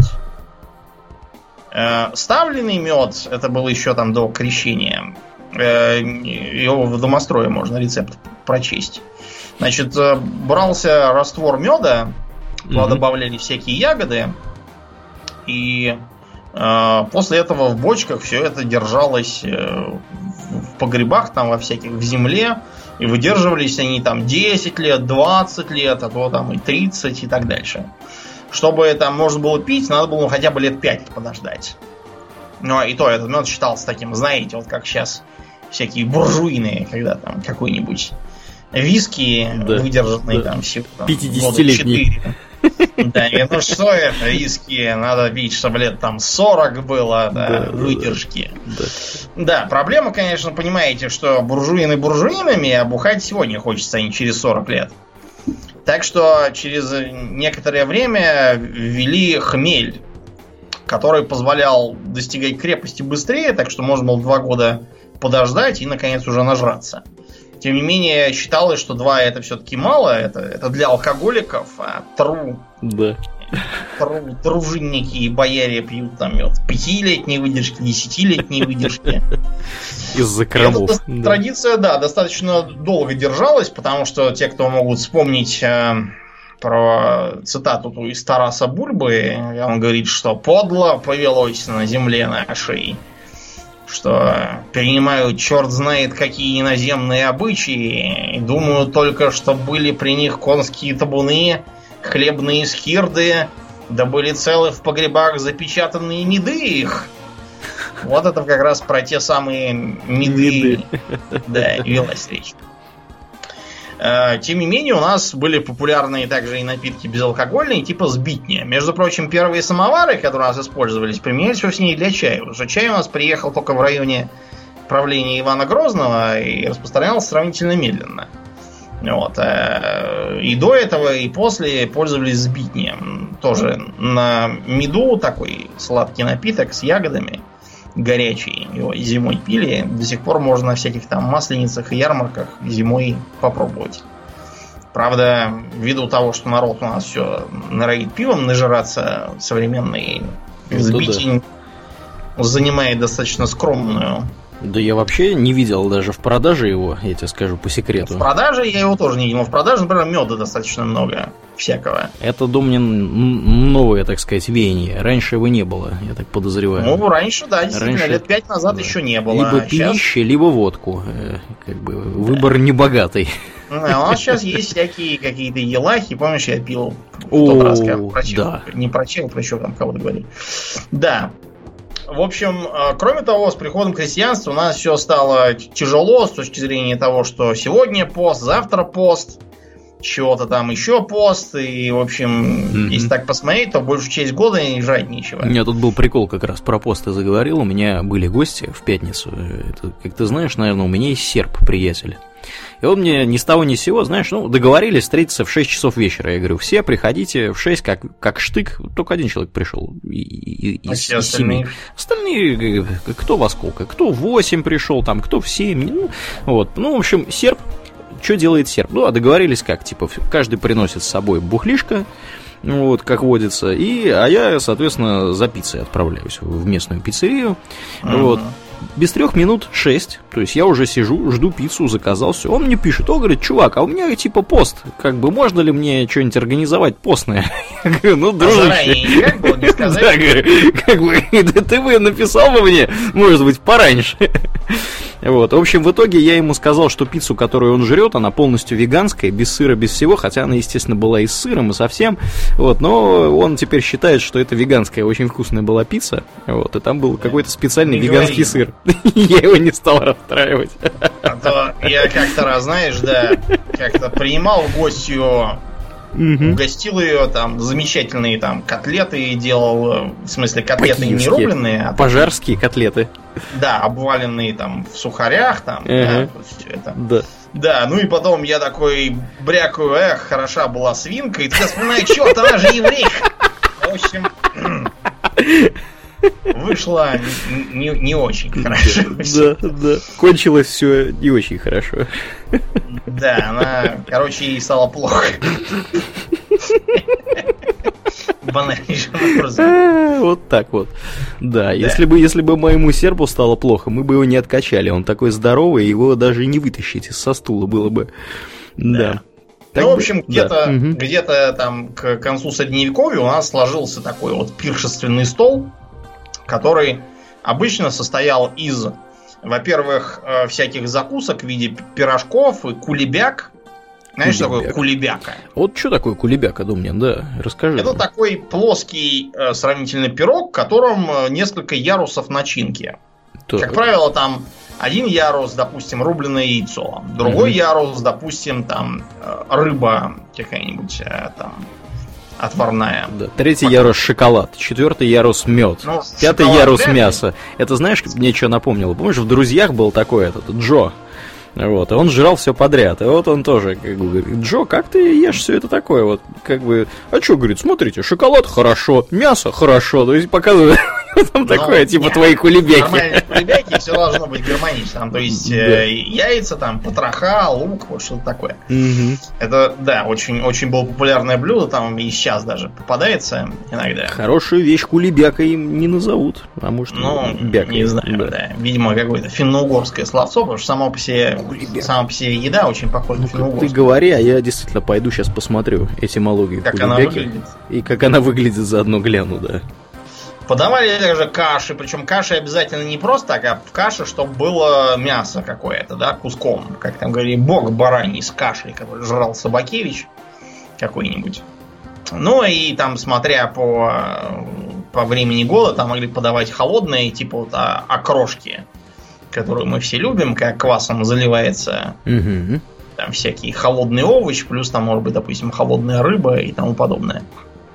[SPEAKER 2] Ставленный мед, это было еще там до крещения. Его в домострое можно рецепт прочесть. Значит, брался раствор меда, туда добавляли всякие ягоды, и после этого в бочках все это держалось в погребах, там во всяких, в земле, и выдерживались они там 10 лет, 20 лет, а то там и 30 и так дальше. Чтобы это можно было пить, надо было хотя бы лет 5 подождать. Ну, и то этот мед считался таким, знаете, вот как сейчас всякие буржуины, когда там какой-нибудь виски, выдержанный там всего
[SPEAKER 1] 50-летний.
[SPEAKER 2] Да, ну что это, виски надо пить, чтобы лет там 40 было, выдержки. Да, проблема, конечно, понимаете, что буржуины буржуинами, а бухать сегодня хочется, а не через 40 лет. Так что через некоторое время ввели хмель, который позволял достигать крепости быстрее, так что можно было 2 года подождать и, наконец, уже нажраться. Тем не менее, считалось, что 2 это все-таки мало, это для алкоголиков, а дружинники и бояре пьют там мед 5-летней выдержки, 10-летней выдержки.
[SPEAKER 1] Из-за кромов.
[SPEAKER 2] Эта традиция, достаточно долго держалась, потому что те, кто могут вспомнить про цитату из Тараса Бульбы, он говорит, что подло повелось на земле нашей, что перенимают черт знает какие иноземные обычаи, и думаю только, что были при них конские табуны, хлебные скирды, да были целы в погребах запечатанные меды их. Вот это как раз про те самые меды. Да, велась речь. Тем не менее, у нас были популярные также и напитки безалкогольные, типа сбитня. Между прочим, первые самовары, которые у нас использовались, применялись вовсе не для чая. Потому что чай у нас приехал только в районе правления Ивана Грозного и распространялся сравнительно медленно. Вот. И до этого, и после пользовались сбитнем. Тоже на меду такой сладкий напиток с ягодами. Горячий. Его зимой пили. До сих пор можно на всяких там масленицах и ярмарках зимой попробовать. Правда, ввиду того, что народ у нас все норовит пивом нажираться, современный сбитень занимает достаточно скромную.
[SPEAKER 1] Да я вообще не видел даже в продаже его, я тебе скажу по секрету.
[SPEAKER 2] В продаже я его тоже не видел. В продаже, например, меда достаточно много всякого.
[SPEAKER 1] Это, Домнин, новое, так сказать, веяние. Раньше его не было, я так подозреваю.
[SPEAKER 2] Ну, раньше, да, действительно, лет 5 назад еще не было.
[SPEAKER 1] Либо пивище, либо водку. Как бы выбор небогатый.
[SPEAKER 2] У нас сейчас есть всякие какие-то елахи. Помнишь, я пил в тот раз, как про чай. Да. Не про чай, а про чего там кого-то говорили. Да. В общем, кроме того, с приходом крестьянства у нас все стало тяжело с точки зрения того, что сегодня пост, завтра пост, чего-то там еще пост. И, в общем, если так посмотреть, то большую часть года и жрать нечего.
[SPEAKER 1] У меня тут был прикол как раз про пост, ты заговорил. У меня были гости в пятницу. Это, как ты знаешь, наверное, у меня есть серб, приятель. И он мне ни с того ни с сего, знаешь, договорились встретиться в 6 часов вечера. Я говорю, все приходите в 6, как штык. Только один человек пришел из 7. Остальные, кто во сколько? Кто в 8 пришел, там, кто в 7. Вот. В общем, серб. Что делает серб? А договорились как? Типа, каждый приносит с собой бухлишко, вот, как водится, а я, соответственно, за пиццей отправляюсь в местную пиццерию. Вот. Без 3 минут 6, то есть я уже сижу, жду пиццу, заказал, все. Он мне пишет, говорит, чувак, а у меня типа пост, как бы можно ли мне что-нибудь организовать постное? Я говорю, дружище.
[SPEAKER 2] Как было не сказать?
[SPEAKER 1] Да, говорю, как бы, ты бы написал бы мне, может быть, пораньше. Вот, в общем, в итоге я ему сказал, что пиццу, которую он жрет, она полностью веганская, без сыра, без всего, хотя она, естественно, была и с сыром, и со всем, вот, но он теперь считает, что это веганская, очень вкусная была пицца, вот, и там был какой-то специальный веганский сыр. Я его не стал расстраивать.
[SPEAKER 2] А то я как-то раз, знаешь, да, как-то принимал гостью, угостил ее, там, замечательные там котлеты делал, в смысле, котлеты не рубленые, а
[SPEAKER 1] пожарские котлеты.
[SPEAKER 2] Да, обваленные там в сухарях, там, да, все это.
[SPEAKER 1] Да.
[SPEAKER 2] Да, и потом я такой брякаю, хороша была свинка, и ты вспоминаешь, черт, она же еврейка. В общем, вышло не очень хорошо.
[SPEAKER 1] Да. Кончилось все не очень хорошо.
[SPEAKER 2] Да, она, ей стало плохо. Банальнейшим образом.
[SPEAKER 1] Вот так вот. Да, если бы моему сербу стало плохо, мы бы его не откачали. Он такой здоровый, его даже не вытащить со стула было бы. Да.
[SPEAKER 2] В общем, где-то там к концу Средневековья у нас сложился такой вот пиршественный стол, который обычно состоял из, во-первых, всяких закусок в виде пирожков и кулебяк. Знаешь, что такое кулебяка?
[SPEAKER 1] Вот что такое кулебяка, Домнин, да, расскажи.
[SPEAKER 2] Это такой плоский сравнительно пирог, в котором несколько ярусов начинки. Так. Как правило, там один ярус, допустим, рубленое яйцо, другой ярус, допустим, там рыба какая-нибудь там отварная. Да.
[SPEAKER 1] Третий ярус шоколад, четвертый ярус мед, пятый ярус мясо. Это знаешь, мне что напомнило? Помнишь, в «Друзьях» был такой Джо. Вот, и он жрал все подряд. И вот он тоже, как бы, говорит, Джо, как ты ешь все это такое? Вот, как бы, а что, говорит, смотрите, шоколад хорошо, мясо хорошо. То есть показывает там такое, типа твои кулебяки.
[SPEAKER 2] Нормальные кулебяки, все должно быть гармонично. Там, то есть яйца, там, потроха, лук, вот что-то такое. Это, да, очень было популярное блюдо, там и сейчас даже попадается иногда.
[SPEAKER 1] Хорошую вещь кулебяка им не назовут, а может, бяка.
[SPEAKER 2] Не знаю, да. Видимо, какое-то финно-угорское словцо, потому что сама по себе еда очень похожа на финно-угорскую.
[SPEAKER 1] Ты говори, а я действительно пойду сейчас посмотрю этимологию
[SPEAKER 2] как она выглядит.
[SPEAKER 1] И как она выглядит, заодно гляну, да.
[SPEAKER 2] Подавали также каши, причем каши обязательно не просто так, а в каше, чтобы было мясо какое-то, да, куском. Как там говорили, бог бараний с кашей, который жрал Собакевич какой-нибудь. И там, смотря по времени года, там могли подавать холодные, типа вот окрошки, которую мы все любим, как квасом заливается. Там всякие холодные овощи, плюс там, может быть, допустим, холодная рыба и тому подобное.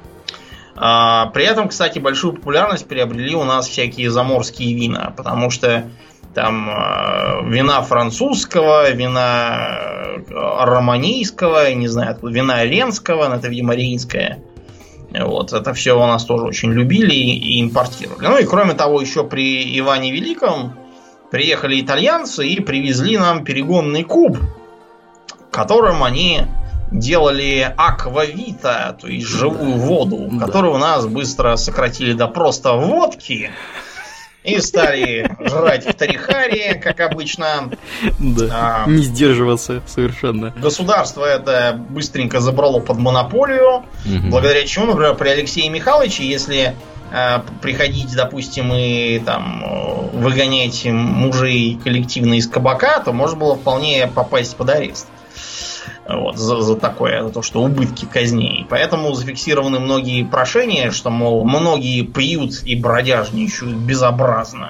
[SPEAKER 2] При этом, кстати, большую популярность приобрели у нас всякие заморские вина, потому что там вина французского, вина романийского, не знаю, откуда, вина ренского, это, видимо, рейнское. Вот, это все у нас тоже очень любили и импортировали. И кроме того, еще при Иване Великом приехали итальянцы и привезли нам перегонный куб, которым они делали аквавита, то есть живую воду, которую у нас быстро сократили до просто водки и стали жрать в тарихаре, как обычно.
[SPEAKER 1] Да, не сдерживаться совершенно.
[SPEAKER 2] Государство это быстренько забрало под монополию, благодаря чему, например, при Алексее Михайловиче, если приходить, допустим, и там выгонять мужей коллективно из кабака, то можно было вполне попасть под арест. Вот, за такое, за то, что убытки казней. Поэтому зафиксированы многие прошения, что, мол, многие пьют и бродяжничают безобразно.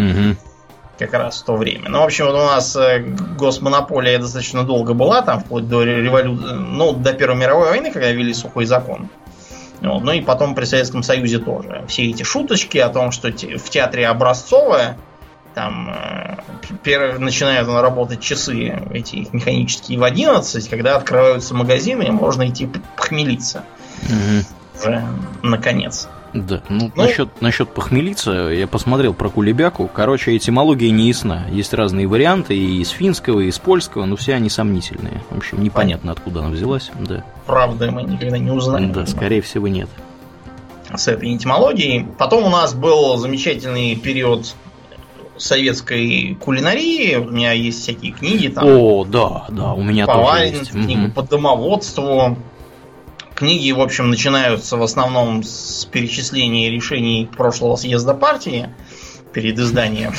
[SPEAKER 2] Как раз в то время. В общем, вот у нас госмонополия достаточно долго была, там, вплоть до революции, до Первой мировой войны, когда ввели сухой закон. Вот, и потом при Советском Союзе тоже. Все эти шуточки о том, что в театре Образцова Там начинают работать часы эти механические в 11, когда открываются магазины, можно идти похмелиться. Уже наконец.
[SPEAKER 1] Да, насчет похмелиться, я посмотрел про кулебяку. Короче, этимология не ясна. Есть разные варианты и из финского, и из польского, но все они сомнительные. В общем, непонятно, откуда она взялась. Да.
[SPEAKER 2] Правда, мы никогда не узнаем.
[SPEAKER 1] Да, скорее всего, нет.
[SPEAKER 2] С этой этимологией. Потом у нас был замечательный период советской кулинарии. У меня есть всякие книги там.
[SPEAKER 1] О, да, у меня тоже есть.
[SPEAKER 2] Книги по домоводству. Книги, в общем, начинаются в основном с перечисления решений прошлого съезда партии перед изданием.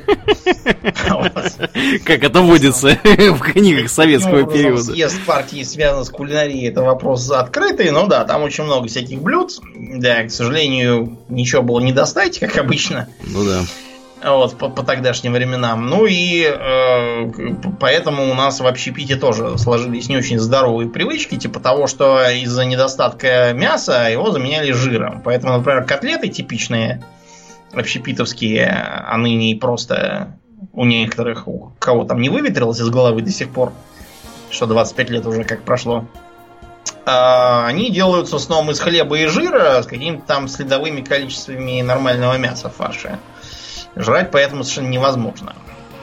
[SPEAKER 1] Как это водится в книгах советского периода.
[SPEAKER 2] Съезд партии связан с кулярией, это вопрос открытый, но да, там очень много всяких блюд. Да, к сожалению, ничего было не достать, как обычно.
[SPEAKER 1] Ну да.
[SPEAKER 2] Вот, по тогдашним временам. Ну и поэтому у нас в общепите тоже сложились не очень здоровые привычки, типа того, что из-за недостатка мяса его заменяли жиром. Поэтому, например, котлеты типичные общепитовские, а ныне просто у некоторых, у кого там не выветрилось из головы до сих пор, что 25 лет уже как прошло, они делаются в основном из хлеба и жира с какими-то там следовыми количествами нормального мяса в фарше. Жрать поэтому совершенно невозможно.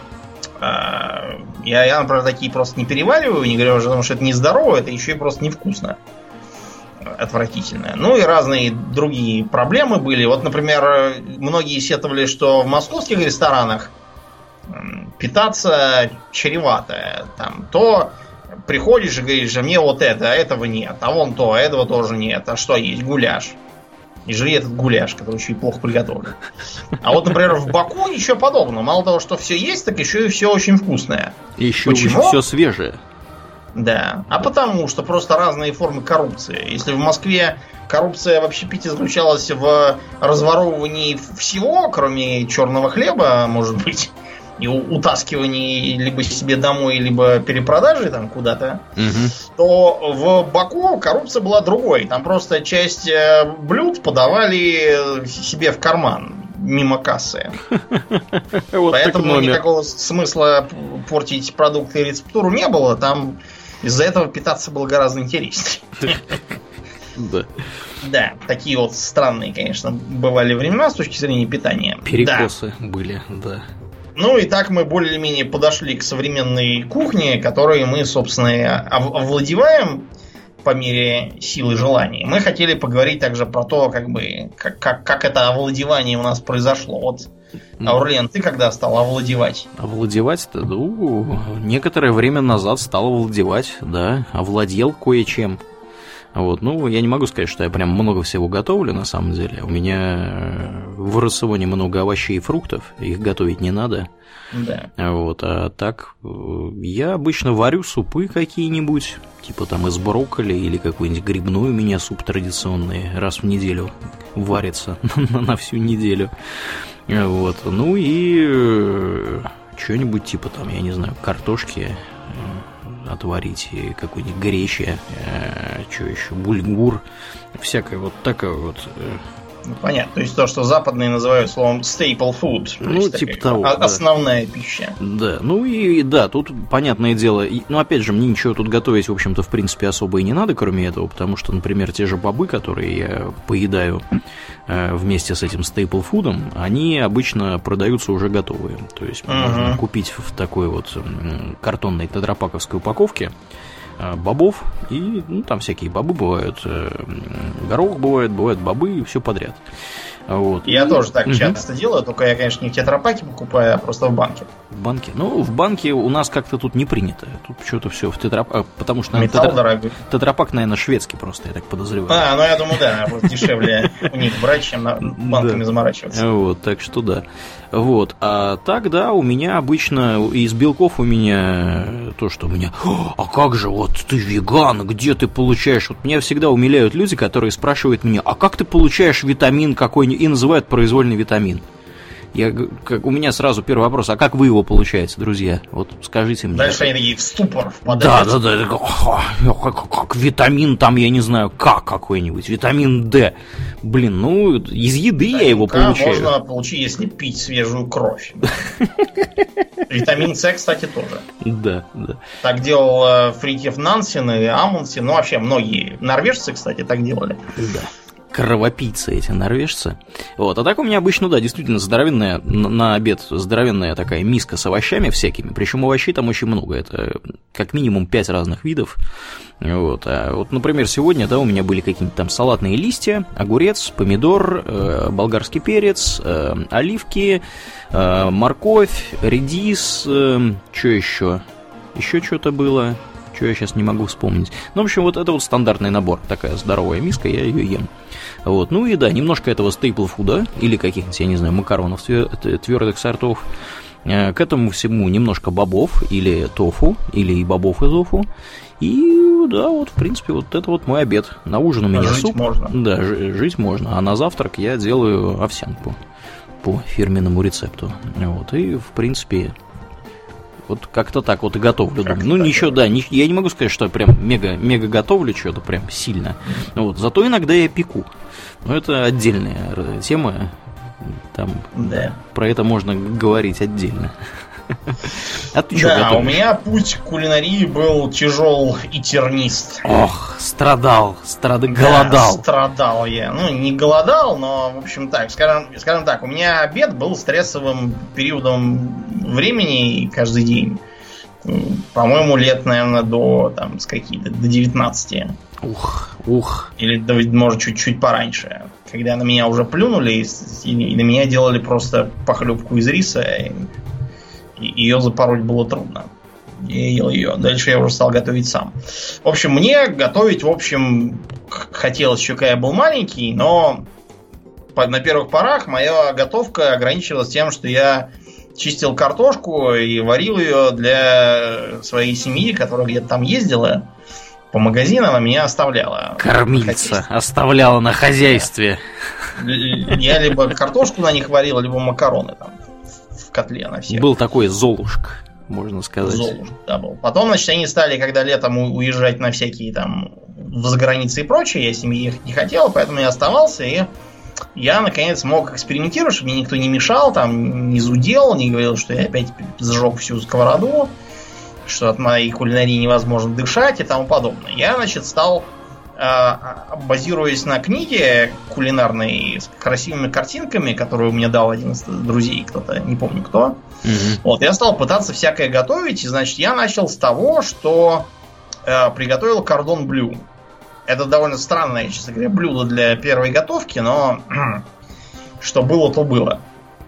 [SPEAKER 2] Я, например, такие просто не перевариваю, не говорю уже о том, что это нездорово, это еще и просто невкусно. Отвратительно. Ну и разные другие проблемы были. Вот, например, многие сетовали, что в московских ресторанах питаться чревато. Там то приходишь и говоришь, а мне вот это, а этого нет, а вон то, а этого тоже нет, а что есть? Гуляш. И жри этот гуляш, который еще и плохо приготовлен. А вот, например, в Баку ничего подобного. Мало того, что все есть, так еще и все очень вкусное.
[SPEAKER 1] И еще все свежее.
[SPEAKER 2] Да. А потому что просто разные формы коррупции. Если в Москве коррупция в общепите заключалась в разворовывании всего, кроме черного хлеба, может быть, и утаскивании либо себе домой, либо перепродажи там куда-то, то в Баку коррупция была другой. Там просто часть блюд подавали себе в карман мимо кассы. Поэтому никакого смысла портить продукты и рецептуру не было. Там из-за этого питаться было гораздо интереснее. Да, такие вот странные, конечно, бывали времена с точки зрения питания.
[SPEAKER 1] Перекосы были, да.
[SPEAKER 2] Ну и так мы более-менее подошли к современной кухне, которой мы, собственно, овладеваем по мере сил и желаний. Мы хотели поговорить также про то, как это овладевание у нас произошло. Вот, Аурлиен, ты когда стал овладевать?
[SPEAKER 1] Овладевать-то? Некоторое время назад стал овладевать, да. Овладел кое-чем. Вот, я не могу сказать, что я прям много всего готовлю, на самом деле. У меня в рационе много овощей и фруктов, их готовить не надо.
[SPEAKER 2] Да.
[SPEAKER 1] Вот, а так я обычно варю супы какие-нибудь, типа там из брокколи или какой-нибудь грибной у меня суп традиционный, раз в неделю варится на всю неделю. Вот, ну и что-нибудь типа там, я не знаю, картошки отварить, и какой-нибудь гречи, что еще, бульгур, всякое вот такое вот.
[SPEAKER 2] Понятно, то есть то, что западные называют словом staple food.
[SPEAKER 1] Ну, типа того.
[SPEAKER 2] Основная пища.
[SPEAKER 1] Да, ну и да, тут понятное дело, опять же, мне ничего тут готовить, в общем-то, в принципе, особо и не надо, кроме этого, потому что, например, те же бобы, которые я поедаю вместе с этим staple food'ом, они обычно продаются уже готовые. То есть можно купить в такой вот картонной тетрапаковской упаковке бобов, и там всякие бобы бывают, горох бывает, бывают бобы, и все подряд. Вот.
[SPEAKER 2] Я тоже так часто делаю, только я, конечно, не в тетрапаке покупаю, а просто в банке.
[SPEAKER 1] В банке? Ну, в банке у нас как-то тут не принято. Тут что-то все в тетрапак, потому что
[SPEAKER 2] металл дорогой.
[SPEAKER 1] Тетрапак, наверное, шведский просто, я так подозреваю.
[SPEAKER 2] Я думаю, да, просто дешевле у них брать, чем банками заморачиваться.
[SPEAKER 1] Вот, так что да. Вот, а так, да, у меня обычно из белков у меня то, что у меня, а как же, вот ты веган, где ты получаешь, вот меня всегда умиляют люди, которые спрашивают меня, а как ты получаешь витамин какой-нибудь, и называют произвольный витамин. У меня сразу первый вопрос, а как вы его получаете, друзья? Вот скажите мне.
[SPEAKER 2] Дальше они такие в ступор впадают.
[SPEAKER 1] Да. Как витамин там, я не знаю, какой-нибудь, витамин D. Блин, ну, из еды я его получаю.
[SPEAKER 2] Можно получить, если пить свежую кровь. Витамин С, кстати, тоже.
[SPEAKER 1] Да.
[SPEAKER 2] Так делал Фритьев Нансен и Амундсен. Ну, вообще, многие норвежцы, кстати, так делали.
[SPEAKER 1] Да. Кровопийцы эти норвежцы. Вот. А так у меня обычно, да, действительно здоровенная, на обед здоровенная такая миска с овощами всякими. Причем овощей там очень много. Это как минимум 5 разных видов. Вот. А вот, например, сегодня, да, у меня были какие-нибудь там салатные листья, огурец, помидор, болгарский перец, оливки, морковь, редис, что еще? Еще что-то было, что я сейчас не могу вспомнить. Ну, в общем, вот это вот стандартный набор. Такая здоровая миска, я ее ем. Вот. Ну и да, немножко этого стейпл-фуда или каких-нибудь, я не знаю, макаронов твердых сортов. К этому всему немножко бобов или тофу, или и бобов и тофу. И да, вот в принципе вот это вот мой обед. На ужин у меня
[SPEAKER 2] жить
[SPEAKER 1] суп.
[SPEAKER 2] Можно.
[SPEAKER 1] Да, жить можно. А на завтрак я делаю овсянку по фирменному рецепту. Вот. И в принципе вот как-то так вот и готовлю. Думаю. Ну ничего, да, я не могу сказать, что я прям мега готовлю что-то прям сильно. Вот. Зато иногда я пеку. Но это отдельная тема. Там про это можно говорить отдельно. А ты что готовишь?
[SPEAKER 2] У меня путь к кулинарии был тяжел и тернист.
[SPEAKER 1] Ох, голодал. Да,
[SPEAKER 2] страдал я. Ну, не голодал, но, в общем, так, скажем так, у меня обед был стрессовым периодом времени каждый день. По-моему, лет, наверное, до 19. Ух. Или, может, чуть-чуть пораньше. Когда на меня уже плюнули и на меня делали просто похлебку из риса. И ее запороть было трудно. Я ел ее. Дальше я уже стал готовить сам. В общем, мне готовить, хотелось еще, когда я был маленький, но на первых порах моя готовка ограничивалась тем, что я чистил картошку и варил ее для своей семьи, которая где-то там ездила по магазинам, а меня оставляла.
[SPEAKER 1] Кормильца оставляла на хозяйстве.
[SPEAKER 2] Я либо картошку на них варил, либо макароны там в котле на всех.
[SPEAKER 1] Был такой Золушка, можно сказать.
[SPEAKER 2] Золушка, да, был. Потом, значит, они стали, когда летом уезжать на всякие там за границы и прочее, я с ними ехать не хотел, поэтому я оставался, и я, наконец, мог экспериментировать, чтобы мне никто не мешал, там, не зудел, не говорил, что я опять сжег всю сковороду, что от моей кулинарии невозможно дышать и тому подобное. Я, значит, стал, базируясь на книге кулинарной с красивыми картинками, которую мне дал один из друзей, кто-то, не помню кто. Вот, я стал пытаться всякое готовить, и, значит, я начал с того, что приготовил кордон блю. Это довольно странное, честно говоря, блюдо для первой готовки, но что было, то было.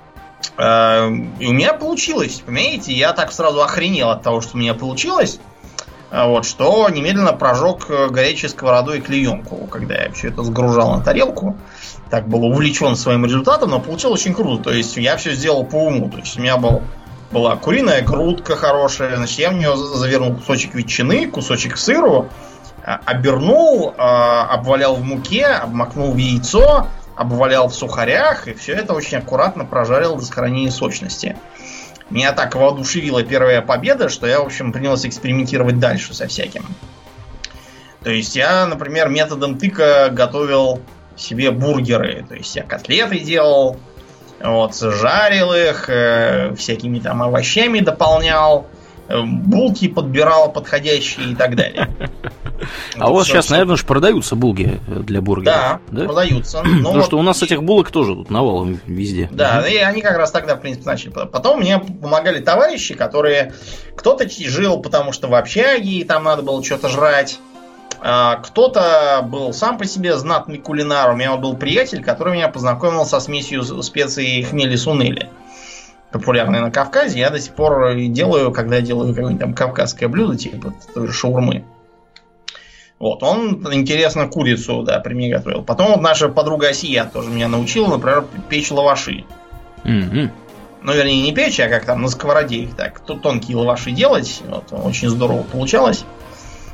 [SPEAKER 2] И у меня получилось, понимаете? Я так сразу охренел от того, что у меня получилось, вот, что немедленно прожег горячей сковородой клеенку, когда я все это сгружал на тарелку. Так был увлечен своим результатом, но получилось очень круто. То есть я все сделал по уму. То есть у меня была куриная грудка хорошая, значит, я в нее завернул кусочек ветчины, кусочек сыру, обернул, обвалял в муке, обмакнул в яйцо, обвалял в сухарях, и все это очень аккуратно прожарил до сохранения сочности. Меня так воодушевила первая победа, что я, в общем, принялся экспериментировать дальше со всяким. То есть я, например, методом тыка готовил себе бургеры. То есть я котлеты делал, вот, жарил их, всякими там овощами дополнял, булки подбирал подходящие и так далее.
[SPEAKER 1] А у вас сейчас, наверное, же продаются булки для бургеров.
[SPEAKER 2] Да, продаются.
[SPEAKER 1] Потому что у нас этих булок тоже тут навалом везде.
[SPEAKER 2] Да, и они как раз тогда, в принципе, начали. Потом мне помогали товарищи, которые... Кто-то жил, потому что в общаге, и там надо было что-то жрать. Кто-то был сам по себе знатный кулинар. У меня был приятель, который меня познакомил со смесью специй хмели-сунели, популярной на Кавказе. Я до сих пор делаю, когда делаю какое-нибудь там кавказское блюдо, типа той же шаурмы. Вот, он, интересно, курицу, да, при мне готовил. Потом вот наша подруга Асия тоже меня научила, например, печь лаваши. Ну, вернее, не печь, а как там на сковороде их так, тонкие лаваши делать. Вот, очень здорово получалось.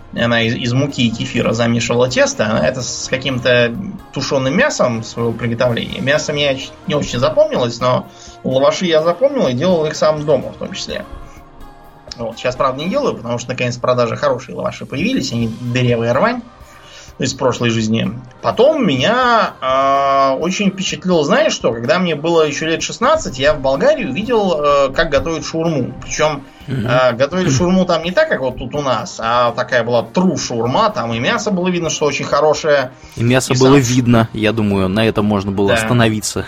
[SPEAKER 2] Она из муки и кефира замешивала тесто. Она это с каким-то тушеным мясом своего приготовления. Мясо мне не очень запомнилось, но лаваши я запомнил и делал их сам дома в том числе. Вот. Сейчас, правда, не делаю, потому что, наконец, в продаже хорошие лаваши появились. Они дырявая рвань из прошлой жизни. Потом меня очень впечатлило, знаешь что? Когда мне было еще лет 16, я в Болгарии увидел, как готовят шаурму. Причем готовили шаурму там не так, как вот тут у нас, а такая была тру-шаурма. Там и мясо было видно, что очень хорошее.
[SPEAKER 1] И мясо было видно. Я думаю, на этом можно было остановиться.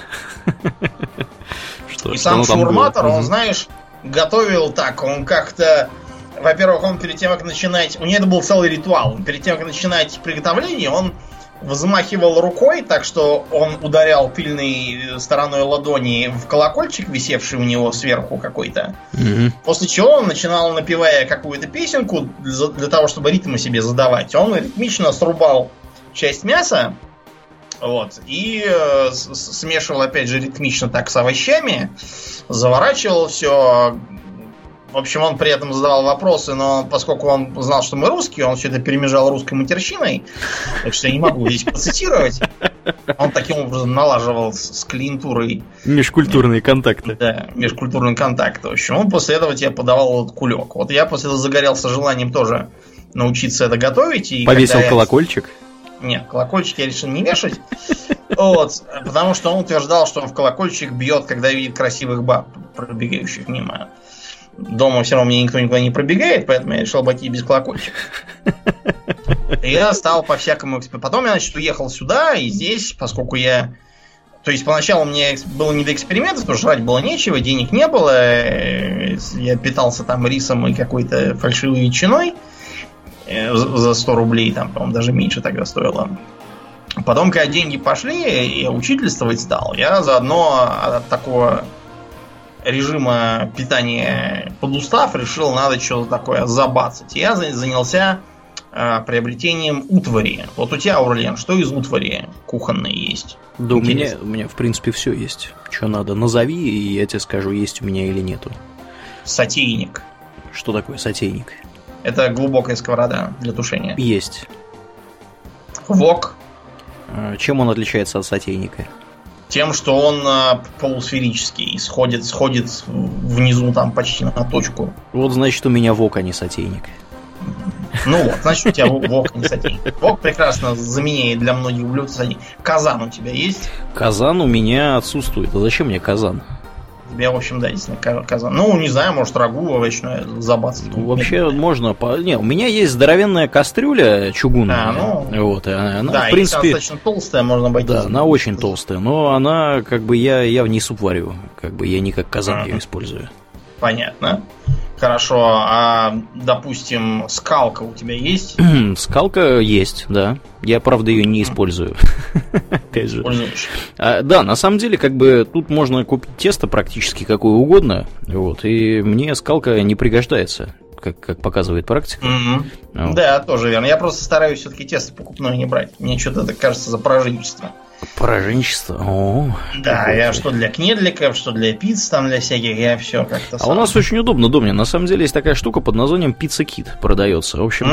[SPEAKER 2] И сам шаурматор, он, знаешь, готовил так. Он как-то... Во-первых, он перед тем, как начинать... У него это был целый ритуал. Перед тем, как начинать приготовление, он взмахивал рукой, так что он ударял тыльной стороной ладони в колокольчик, висевший у него сверху какой-то. После чего он начинал, напевая какую-то песенку, для того, чтобы ритмы себе задавать. Он ритмично срубал часть мяса, вот, и смешивал, опять же, ритмично так с овощами, заворачивал все. В общем, он при этом задавал вопросы, но поскольку он знал, что мы русские, он все это перемежал русской матерщиной, так что я не могу здесь процитировать. Он таким образом налаживал с клиентурой...
[SPEAKER 1] Межкультурные контакты.
[SPEAKER 2] Да, межкультурные контакты. В общем, он после этого тебе подавал этот кулек. Вот я после этого загорелся желанием тоже научиться это готовить. И
[SPEAKER 1] повесил колокольчик?
[SPEAKER 2] Нет, колокольчик я решил не вешать. Вот, потому что он утверждал, что он в колокольчик бьет, когда видит красивых баб, пробегающих мимо. Дома все равно мне никто никуда не пробегает, поэтому я решил обойти без колокольчика. И я стал по-всякому... Потом я, значит, уехал сюда, и здесь, поскольку я... То есть, поначалу мне было не до экспериментов, потому что жрать было нечего, денег не было. Я питался там рисом и какой-то фальшивой ветчиной за 100 рублей, там, по-моему, даже меньше тогда стоило. Потом, когда деньги пошли, и я учительствовать стал, я заодно от такого... режима питания под устав решил, надо что-то такое забацать. Я занялся приобретением утвари. Вот у тебя, Аурлиен, что из утвари кухонной есть?
[SPEAKER 1] Да у меня, в принципе, все есть. Что надо, назови, и я тебе скажу, есть у меня или нету.
[SPEAKER 2] Сотейник.
[SPEAKER 1] Что такое сотейник?
[SPEAKER 2] Это глубокая сковорода для тушения.
[SPEAKER 1] Есть.
[SPEAKER 2] Вок.
[SPEAKER 1] Чем он отличается от сотейника?
[SPEAKER 2] Тем, что он полусферический, сходит внизу там почти на точку.
[SPEAKER 1] Вот, значит, у меня вок, а не сотейник.
[SPEAKER 2] Ну вот, значит, у тебя вок, а не сотейник. Вок прекрасно заменяет для многих блюд сотейник. Казан у тебя есть?
[SPEAKER 1] Казан у меня отсутствует. А зачем мне казан?
[SPEAKER 2] Тебе, в общем, да, действительно, казан. Ну, не знаю, может, рагу овощное забацать.
[SPEAKER 1] Ну, вообще можно... Не, у меня есть здоровенная кастрюля чугунная. Вот, она,
[SPEAKER 2] да,
[SPEAKER 1] в принципе...
[SPEAKER 2] она достаточно толстая, можно обойтись.
[SPEAKER 1] Да, она очень толстая, но она, как бы, я в ней суп варю. Как бы, я не как казан ее использую.
[SPEAKER 2] Понятно. Хорошо, а, допустим, скалка у тебя есть?
[SPEAKER 1] Скалка есть, да. Я, правда, ее не использую. Опять же. Да, на самом деле, как бы, тут можно купить тесто практически какое угодно. Вот, и мне скалка не пригождается, как показывает практика.
[SPEAKER 2] Вот. Да, тоже верно. Я просто стараюсь все-таки тесто покупное не брать. Мне что-то это кажется за пораженчество.
[SPEAKER 1] Пораженчество? О,
[SPEAKER 2] да, я что для кнедликов, что для пиц, там для всяких, я все как-то сам.
[SPEAKER 1] А у нас очень удобно, Домнин. На самом деле есть такая штука под названием пицца-кит, продается. В общем,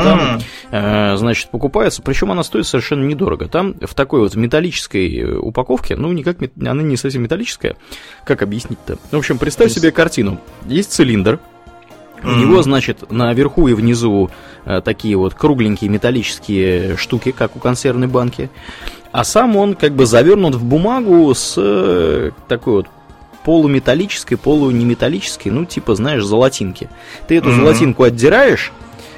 [SPEAKER 1] там, значит, покупается, причем она стоит совершенно недорого. Там в такой вот металлической упаковке, ну, никак, она не совсем металлическая, как объяснить-то? В общем, представь себе картину. Есть цилиндр, у него, значит, наверху и внизу такие вот кругленькие металлические штуки, как у консервной банки. А сам он как бы завернут в бумагу с такой вот полуметаллической, полунеметаллической, ну, типа, знаешь, золотинки. Ты эту золотинку отдираешь,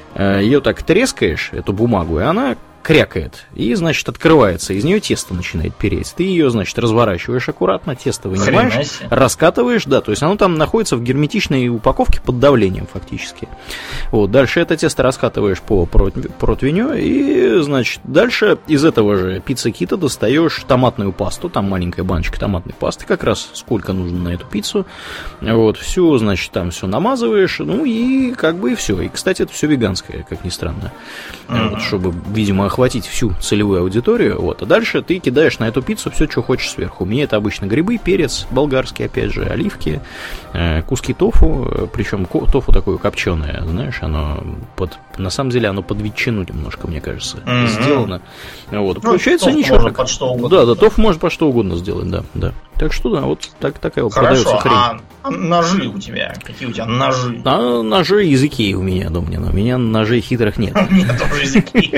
[SPEAKER 1] ее так трескаешь, эту бумагу, и она крякает. И, значит, открывается. Из нее тесто начинает переть. Ты ее, значит, разворачиваешь аккуратно, тесто вынимаешь, раскатываешь, да, то есть оно там находится в герметичной упаковке под давлением фактически. Вот, дальше это тесто раскатываешь по противню, и, значит, дальше из этого же пицца-кита достаешь томатную пасту, там маленькая баночка томатной пасты, как раз сколько нужно на эту пиццу. Вот, все, значит, там все намазываешь, ну и как бы и все. И, кстати, это все веганское, как ни странно. Вот, чтобы, видимо, охватить всю целевую аудиторию, вот, а дальше ты кидаешь на эту пиццу все, что хочешь сверху. У меня это обычно грибы, перец болгарский, опять же, оливки, куски тофу, причем тофу такое копченое, знаешь, оно на самом деле оно под ветчину немножко, мне кажется, сделано. Вот, получается ничего.
[SPEAKER 2] Под что угодно.
[SPEAKER 1] Да, тофу можно под что угодно сделать, да. Так что да, вот такая вот
[SPEAKER 2] продается
[SPEAKER 1] хрень.
[SPEAKER 2] А ножи у тебя? Какие у тебя ножи?
[SPEAKER 1] А ножи из Икеи у меня, у меня ножей хитрых нет.
[SPEAKER 2] У меня тоже из Икеи.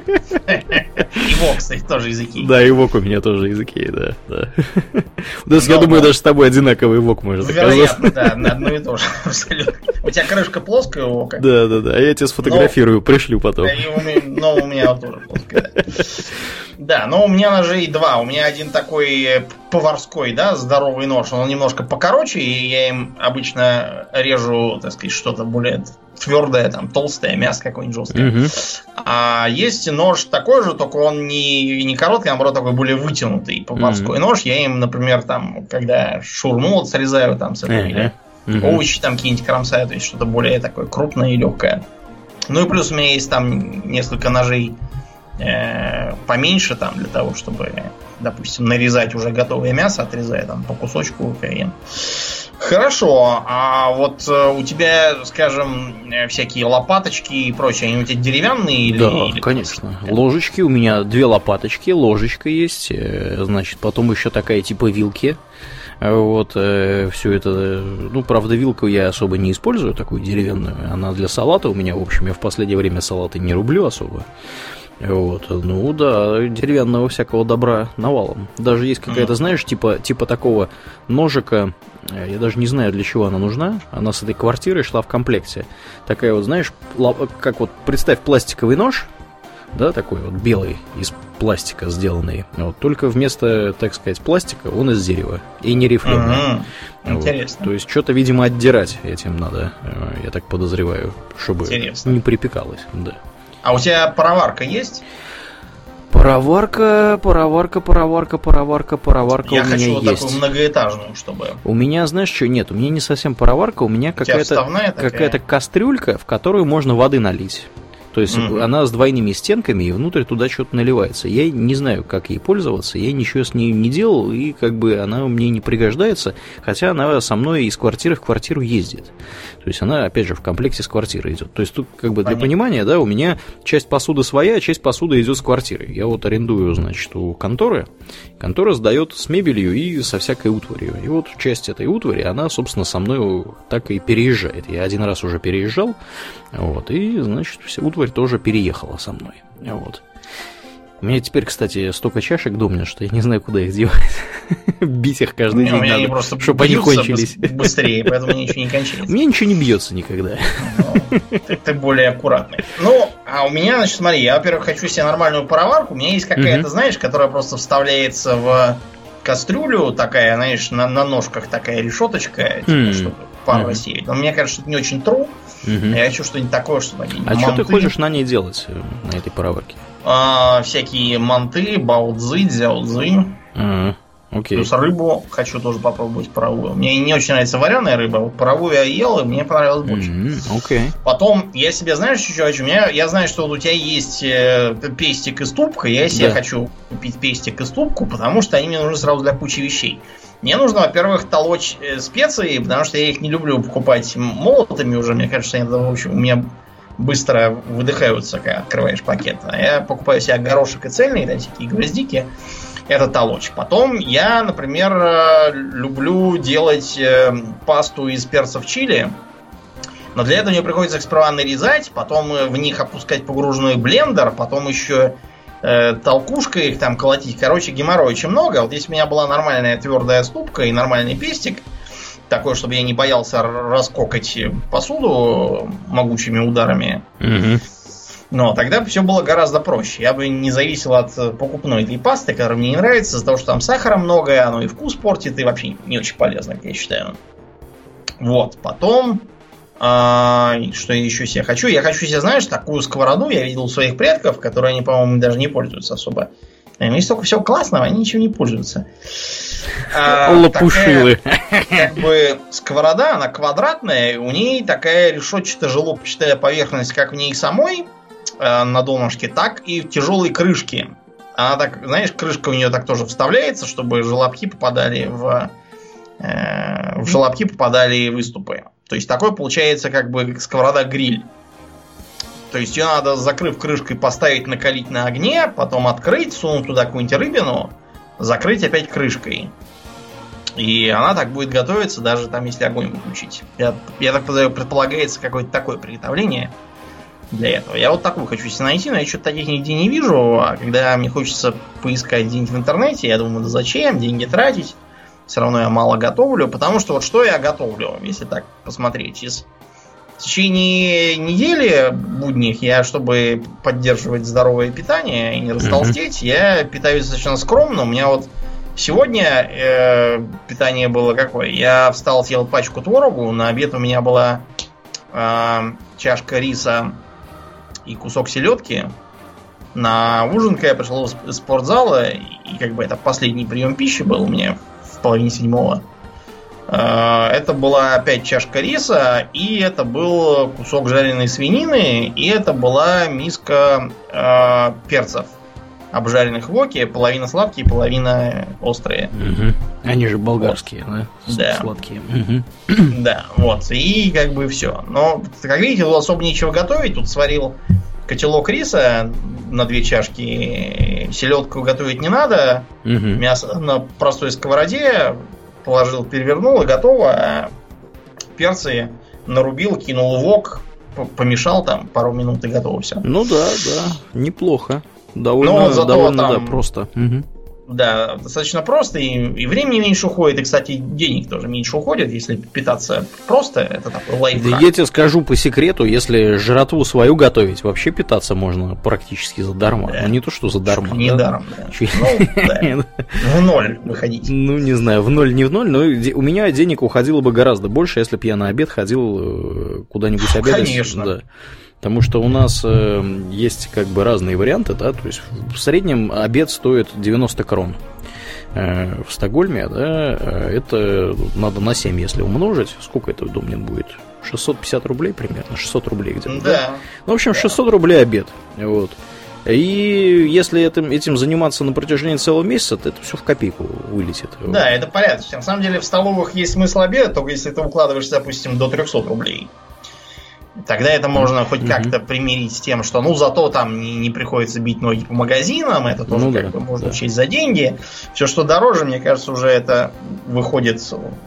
[SPEAKER 2] И вок, кстати, тоже из Икеи.
[SPEAKER 1] Да, и вок у меня тоже из Икеи, да. Я думаю, даже с тобой одинаковый вок может оказаться.
[SPEAKER 2] Вероятно, да, на одно и то же, абсолютно. У тебя крышка плоская у вока?
[SPEAKER 1] Да, а я тебе сфотографирую, пришлю потом.
[SPEAKER 2] Но у меня тоже плоская, да. Да, но у меня ножей два. У меня один такой поварской, да, здоровый нож. Он немножко покороче, и я им обычно режу, так сказать, что-то более твердое, там, толстое, мясо какое-нибудь жесткое. А есть нож такой же, только он не короткий, а наоборот такой более вытянутый поварской нож. Я им, например, там, когда шаурму вот срезаю там с этого, или овощи там какие-нибудь кромсаю, то есть что-то более такое крупное и легкое. Ну и плюс у меня есть там несколько ножей поменьше там для того, чтобы, допустим, нарезать уже готовое мясо, отрезая там по кусочку хрен. Хорошо, а вот у тебя, скажем, всякие лопаточки и прочее, они у тебя деревянные или...
[SPEAKER 1] Да,
[SPEAKER 2] или
[SPEAKER 1] конечно. Ложечки, у меня 2 лопаточки, ложечка есть, значит, потом еще такая типа вилки. Вот, все это, ну, правда, вилку я особо не использую, такую деревянную, она для салата у меня, в общем, я в последнее время салаты не рублю особо. Вот, ну да, деревянного всякого добра навалом. Даже есть какая-то, знаешь, типа такого ножика, я даже не знаю, для чего она нужна. Она с этой квартирой шла в комплекте. Такая вот, знаешь, как вот, представь пластиковый нож, да, такой вот белый, из пластика сделанный. Вот, только вместо, так сказать, пластика он из дерева и не рифленый. Вот.
[SPEAKER 2] Интересно.
[SPEAKER 1] То есть что-то, видимо, отдирать этим надо, я так подозреваю, чтобы не припекалось, да.
[SPEAKER 2] А у тебя пароварка есть?
[SPEAKER 1] Пароварка у меня
[SPEAKER 2] Я хочу вот
[SPEAKER 1] есть.
[SPEAKER 2] такую многоэтажную, чтобы...
[SPEAKER 1] У меня, знаешь что, нет, у меня не совсем пароварка, у меня какая-то кастрюлька, в которую можно воды налить. То есть она с двойными стенками, и внутрь туда что-то наливается. Я не знаю, как ей пользоваться, я ничего с ней не делал, и как бы она мне не пригождается, хотя она со мной из квартиры в квартиру ездит. То есть она, опять же, в комплекте с квартирой идет. То есть тут, как бы, для понимания, да, у меня часть посуды своя, а часть посуды идет с квартиры. Я вот арендую, значит, у конторы. Контора сдает с мебелью и со всякой утварью. И вот часть этой утвари, она, собственно, со мной так и переезжает. Я один раз уже переезжал, вот, и, значит, вся утварь тоже переехала со мной. Вот. У меня теперь, кстати, столько чашек дома, что я не знаю, куда их девать. Бить их каждый день надо, чтобы они кончились.
[SPEAKER 2] Быстрее, поэтому ничего не кончается.
[SPEAKER 1] У меня ничего не бьется никогда.
[SPEAKER 2] Ты более аккуратный. Ну, а у меня, значит, смотри, я, во-первых, хочу себе нормальную пароварку. У меня есть какая-то, знаешь, которая просто вставляется в кастрюлю, такая, знаешь, на ножках такая решеточка, типа, чтобы пар рассеять. Но мне кажется, что это не очень true. Я хочу что-нибудь такое, чтобы они...
[SPEAKER 1] А что ты хочешь на ней делать, на этой пароварке?
[SPEAKER 2] Всякие манты, бао-цзы, дзяо-цзы. Плюс рыбу хочу тоже попробовать паровую. Мне не очень нравится вареная рыба, вот паровую я ел, и мне понравилось больше. Потом я себе, знаешь, еще хочу. Я знаю, что вот у тебя есть пестик и ступка. Я себе хочу купить пестик и ступку, потому что они мне нужны сразу для кучи вещей. Мне нужно, во-первых, толочь специи, потому что я их не люблю покупать молотыми уже. Мне кажется, они, в общем, у меня быстро выдыхаются, когда открываешь пакет. А я покупаю себе горошек и цельные, да, всякие гвоздики. Это толочь. Потом я, например, люблю делать пасту из перцев чили. Но для этого мне приходится их сперва нарезать, потом в них опускать погруженный блендер, потом еще толкушкой их там колотить. Короче, геморрой очень много. Вот если у меня была нормальная твердая ступка и нормальный пестик, такой, чтобы я не боялся раскокать посуду могучими ударами, но тогда все было гораздо проще. Я бы не зависел от покупной этой пасты, которая мне не нравится, из-за того, что там сахара много, оно и вкус портит, и вообще не очень полезно, как я считаю. Вот, потом... что я еще себе хочу? Я хочу себе, знаешь, такую сковороду, я видел у своих предков, которые они, по-моему, даже не пользуются особо. Есть столько всего классного, они ничем не пользуются.
[SPEAKER 1] Лопушилы.
[SPEAKER 2] Такая, как бы, сковорода, она квадратная, у ней такая решетчато-желобчатая поверхность, как в ней самой. на донышке, так и в тяжелой крышке. Она так, знаешь, крышка у нее так тоже вставляется, чтобы желобки попадали в желобки попадали выступы. То есть такой получается как бы сковорода-гриль. То есть ее надо, закрыв крышкой, поставить накалить на огне, потом открыть, сунуть туда какую-нибудь рыбину, закрыть опять крышкой. И она так будет готовиться, даже там, если огонь выключить. Я так предполагается какое-то такое приготовление для этого. Я вот такую хочу себе найти, но я что-то таких нигде не вижу. А когда мне хочется поискать где-нибудь в интернете, я думаю, да зачем деньги тратить? Все равно я мало готовлю. Потому что вот что я готовлю, если так посмотреть. В течение недели будних я, чтобы поддерживать здоровое питание и не растолстеть, я питаюсь достаточно скромно. У меня вот сегодня питание было какое? Я встал, съел пачку творогу, на обед у меня была чашка риса и кусок селедки. На ужин, когда я пришел из спортзала, и как бы это последний прием пищи был у меня в половине 7. Это была опять чашка риса, и это был кусок жареной свинины, и это была миска перцев, обжаренных в воке, половина сладкие, половина острые.
[SPEAKER 1] Угу. Они же болгарские, вот. Да? Сладкие. Угу.
[SPEAKER 2] Да, вот. И как бы все. Но, как видите, тут особо нечего готовить. Тут сварил котелок риса на 2 чашки. Селедку готовить не надо. Угу. Мясо на простой сковороде положил, перевернул и готово. А перцы нарубил, кинул в вок, помешал там пару минут и готово все.
[SPEAKER 1] Ну да, неплохо. Довольно просто. Угу.
[SPEAKER 2] Да, достаточно просто, и времени меньше уходит, и, кстати, денег тоже меньше уходит, если питаться просто, это такой лайфхак.
[SPEAKER 1] Да я тебе скажу по секрету, если жратву свою готовить, вообще питаться можно практически задарма. Да. Ну не то, что задарма.
[SPEAKER 2] Не даром, да. Ну, да. В ноль выходить.
[SPEAKER 1] Ну, не знаю, в ноль, не в ноль, но у меня денег уходило бы гораздо больше, если бы я на обед ходил куда-нибудь обедать.
[SPEAKER 2] Конечно.
[SPEAKER 1] Да. Потому что у нас есть как бы разные варианты, да, то есть в среднем обед стоит 90 крон. В Стокгольме, да, это надо на 7, если умножить. Сколько это, думаю, будет? 650 рублей примерно, 600 рублей где-то.
[SPEAKER 2] Да.
[SPEAKER 1] Ну, в общем, 600 рублей обед. Вот. И если этим заниматься на протяжении целого месяца, то это все в копейку вылетит.
[SPEAKER 2] Да, это порядочно. На самом деле в столовых есть смысл обеда, только если ты укладываешься, допустим, до 300 рублей. Тогда это можно хоть как-то примирить с тем, что зато там не приходится бить ноги по магазинам, это тоже как бы можно учесть за деньги. Все, что дороже, мне кажется, уже это выходит